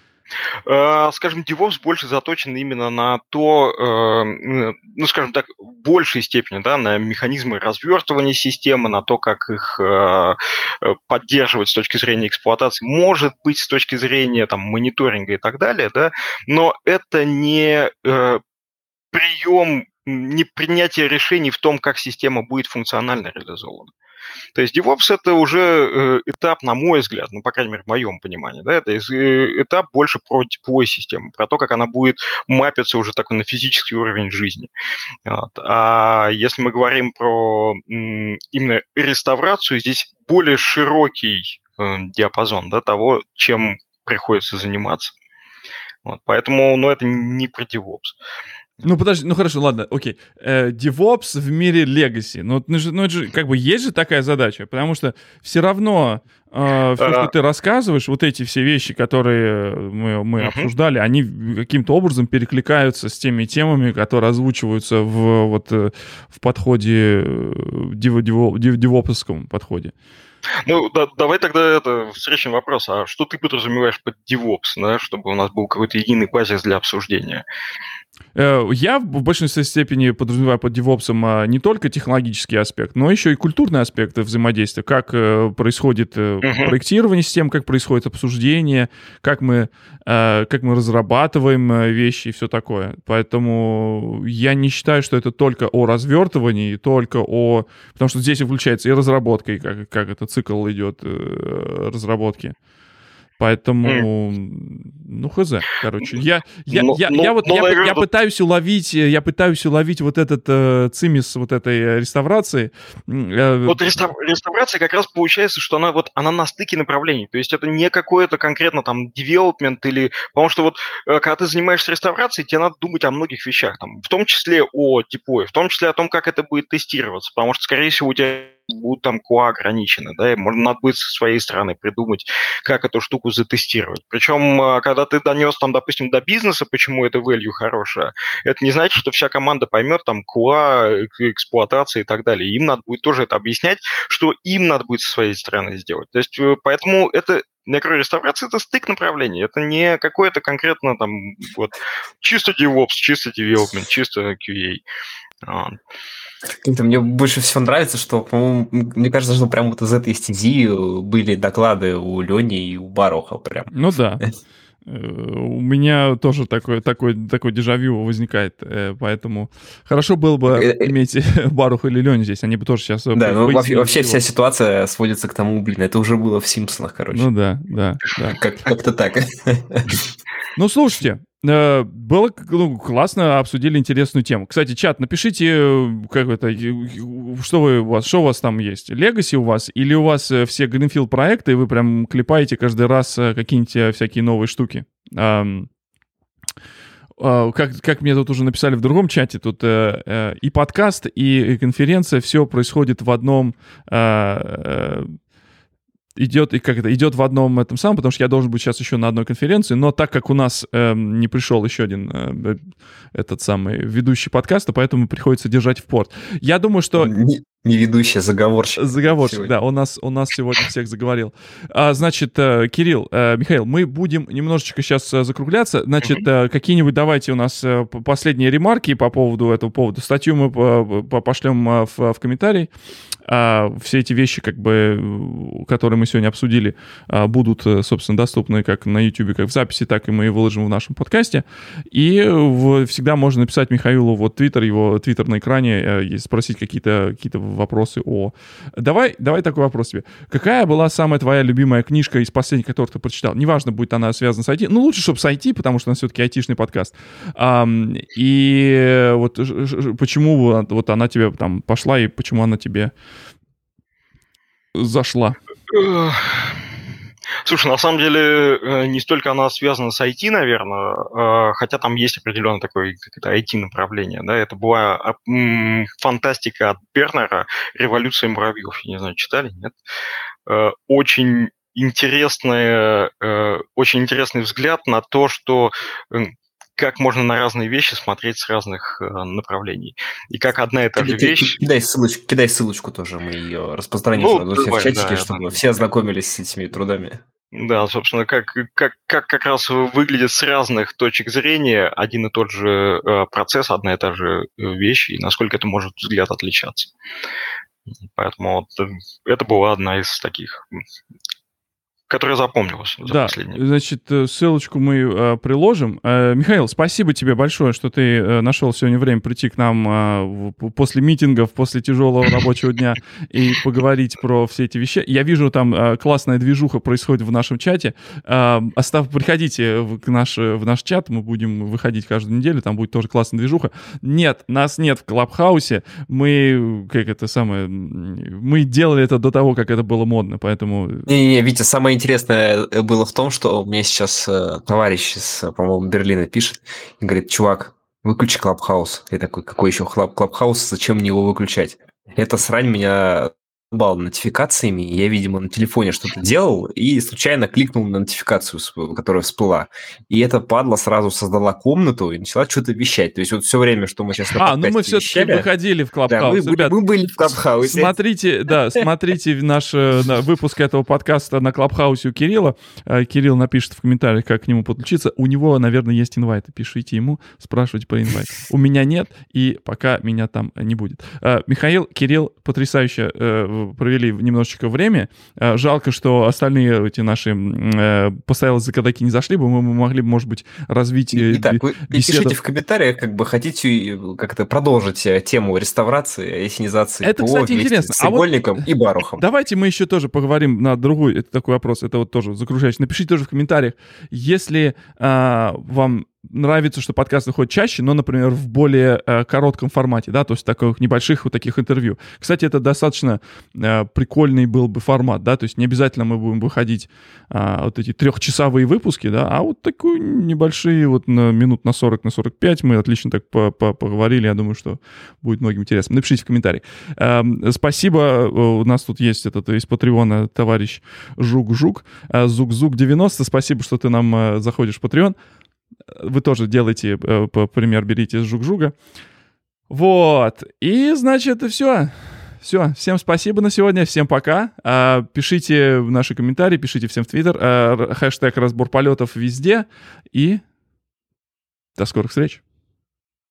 Скажем, DevOps больше заточен именно на то, ну, скажем так, в большей степени, да, на механизмы развертывания системы, на то, как их поддерживать с точки зрения эксплуатации, может быть, с точки зрения там, мониторинга и так далее, да, но это не прием, не принятие решений в том, как система будет функционально реализована. То есть DevOps – это уже этап, на мой взгляд, ну, по крайней мере, в моем понимании, да, это этап больше про теплой систему, про то, как она будет мапиться уже такой на физический уровень жизни. Вот. А если мы говорим про именно реставрацию, здесь более широкий диапазон, да, того, чем приходится заниматься. Вот. Поэтому, ну, это не про DevOps. Ну, подожди, ну хорошо, ладно, окей. Э, DevOps в мире Legacy. Ну, ну, ну, это же, как бы, есть же такая задача, потому что все равно э, все, что ты рассказываешь, вот эти все вещи, которые мы, мы uh-huh. обсуждали, они каким-то образом перекликаются с теми темами, которые озвучиваются в, вот, в подходе, дев, дев, дев, девопсовском подходе. Ну, да, давай тогда это встречный вопрос. А что ты подразумеваешь под DevOps, да, чтобы у нас был какой-то единый базис для обсуждения? Я в большинстве степени подразумеваю под DevOps не только технологический аспект, но еще и культурный аспект взаимодействия. Как происходит uh-huh. проектирование систем, как происходит обсуждение, как мы, как мы разрабатываем вещи и все такое. Поэтому я не считаю, что это только о развертывании, только о... Потому что здесь включается и разработка, и как, как этот цикл идет разработки. Поэтому, mm. ну, хз, короче. Я, я, но, я, но, я, вот, но, я, наверное, я, пытаюсь уловить, я пытаюсь уловить вот этот э, цимис вот этой реставрации. Вот рестав, реставрация как раз получается, что она вот она на стыке направлений. То есть это не какое-то конкретно там development или... Потому что вот когда ты занимаешься реставрацией, тебе надо думать о многих вещах. Там, в том числе о деплое, в том числе о том, как это будет тестироваться. Потому что, скорее всего, у тебя будут там кью эй ограничены, да, и можно, надо будет со своей стороны придумать, как эту штуку затестировать. Причем, когда ты донес, там, допустим, до бизнеса, почему это value хорошая, это не значит, что вся команда поймет, там, кью эй, эксплуатация и так далее. Им надо будет тоже это объяснять, что им надо будет со своей стороны сделать. То есть, поэтому это микрореставрация – это стык направлений, это не какое-то конкретно там вот чисто DevOps, чисто development, чисто кью эй. Это мне больше всего нравится, что, по-моему, мне кажется, что прям вот из этой стези были доклады у Лёни и у Баруха прям. Ну да. У меня тоже такой, такой, такой дежавю возникает, поэтому хорошо было бы иметь Баруха или Леню здесь, они бы тоже сейчас... Да, ну вообще, вообще вся ситуация сводится к тому, блин, это уже было в «Симпсонах», короче. Ну да, да, да. Как- как-то так. Ну, слушайте, было ну, классно, обсудили интересную тему. Кстати, чат, напишите, как это, что вы, у вас, что у вас там есть? Legacy у вас? Или у вас все Greenfield проекты, и вы прям клепаете каждый раз какие-нибудь всякие новые штуки? Um, uh, как, как мне тут уже написали в другом чате, тут uh, uh, и подкаст, и, и конференция, все происходит в одном... Uh, uh, идет, и как это, идет в одном этом самом, потому что я должен быть сейчас еще на одной конференции, но так как у нас э, не пришел еще один э, этот самый ведущий подкаста, поэтому приходится держать в порт. Я думаю, что... Не, не ведущий, а заговорщик. Заговорщик, сегодня. Да, он нас, он нас сегодня всех заговорил. А, значит, э, Кирилл, э, Михаил, мы будем немножечко сейчас э, закругляться. Значит, э, какие-нибудь давайте у нас э, последние ремарки по поводу этого повода. Статью мы э, пошлем э, в, в комментарий. А все эти вещи, как бы, которые мы сегодня обсудили, будут, собственно, доступны как на YouTube, как в записи, так и мы выложим в нашем подкасте. И всегда можно написать Михаилу вот Твиттер, его Твиттер на экране, и спросить какие-то, какие-то вопросы о... Давай, давай такой вопрос тебе. Какая была самая твоя любимая книжка из последних, которую ты прочитал? Неважно, будет она связана с ай ти. Ну, лучше, чтобы с ай ти, потому что у нас все-таки айтишный подкаст. И вот почему вот она тебе там пошла, и почему она тебе... зашла? Слушай, на самом деле, не столько она связана с ай ти, наверное, хотя там есть определенное такое как-то ай ти-направление. Да? Это была фантастика от Бернера «Революция муравьев». Я не знаю, читали, нет? Очень интересная, очень интересный взгляд на то, что как можно на разные вещи смотреть с разных направлений. И как одна и та же вещь... Кидай ссылочку, кидай ссылочку тоже, мы ее распространим ну, все в чатике, да, чтобы да. все ознакомились с этими трудами. Да, собственно, как, как, как как раз выглядит с разных точек зрения один и тот же процесс, одна и та же вещь, и насколько это может взгляд отличаться. Поэтому вот это была одна из таких... которая запомнилась за да, последнее. Значит, ссылочку мы э, приложим. Э, Михаил, спасибо тебе большое, что ты э, нашел сегодня время прийти к нам э, в, после митингов, после тяжелого рабочего дня и поговорить про все эти вещи. Я вижу, там э, классная движуха происходит в нашем чате. Э, остав, приходите в, к наш, в наш чат, мы будем выходить каждую неделю, там будет тоже классная движуха. Нет, нас нет в Клабхаусе. Мы, как это самое, мы делали это до того, как это было модно, поэтому... Не-не-не, Витя, самое интересное было в том, что мне сейчас э, товарищ из, по-моему, Берлина пишет и говорит: чувак, выключи Клабхаус. Я такой: какой еще Клабхаус, зачем мне его выключать? Эта срань меня бал нотификациями, я, видимо, на телефоне что-то делал и случайно кликнул на нотификацию, которая всплыла. И эта падла сразу создала комнату и начала что-то вещать. То есть вот все время, что мы сейчас на А, ну мы все-таки вещали, выходили в Клабхаус. Да, мы, Ребят, мы были в Клабхаусе. Смотрите, да, смотрите наш выпуск этого подкаста на Клабхаусе у Кирилла. Кирилл напишет в комментариях, как к нему подключиться. У него, наверное, есть инвайты. Пишите ему, спрашивайте про инвайт. У меня нет, и пока меня там не будет. Михаил, Кирилл, потрясающе провели немножечко время. Жалко, что остальные эти наши э, постоялые закадаки не зашли бы. Мы могли бы, может быть, развить беседу. Итак, вы пишите в комментариях, как бы хотите как-то продолжить тему реставрации, ясенизации. Это, кстати, интересно. С игольником а вот и барухом. Давайте мы еще тоже поговорим на другой это такой вопрос. Это вот тоже загружающий. Напишите тоже в комментариях, если э, вам нравится, что подкаст выходит чаще, но, например, в более э, коротком формате, да, то есть таких небольших вот таких интервью. Кстати, это достаточно э, прикольный был бы формат, да, то есть не обязательно мы будем выходить э, вот эти трехчасовые выпуски, да, а вот такие небольшие, вот на минут на сорок, на сорок пять мы отлично так поговорили, я думаю, что будет многим интересно. Напишите в комментариях. Э, спасибо, у нас тут есть этот из Патреона товарищ Жук-Жук, э, Зук-Зук девяносто, спасибо, что ты нам э, заходишь в Patreon. Вы тоже делайте, э, пример берите с Жук-Жуга. Вот. И, значит, все. Все. Всем спасибо на сегодня. Всем пока. А, пишите в наши комментарии, пишите всем в Твиттер. А, хэштег разбор полетов везде. И до скорых встреч.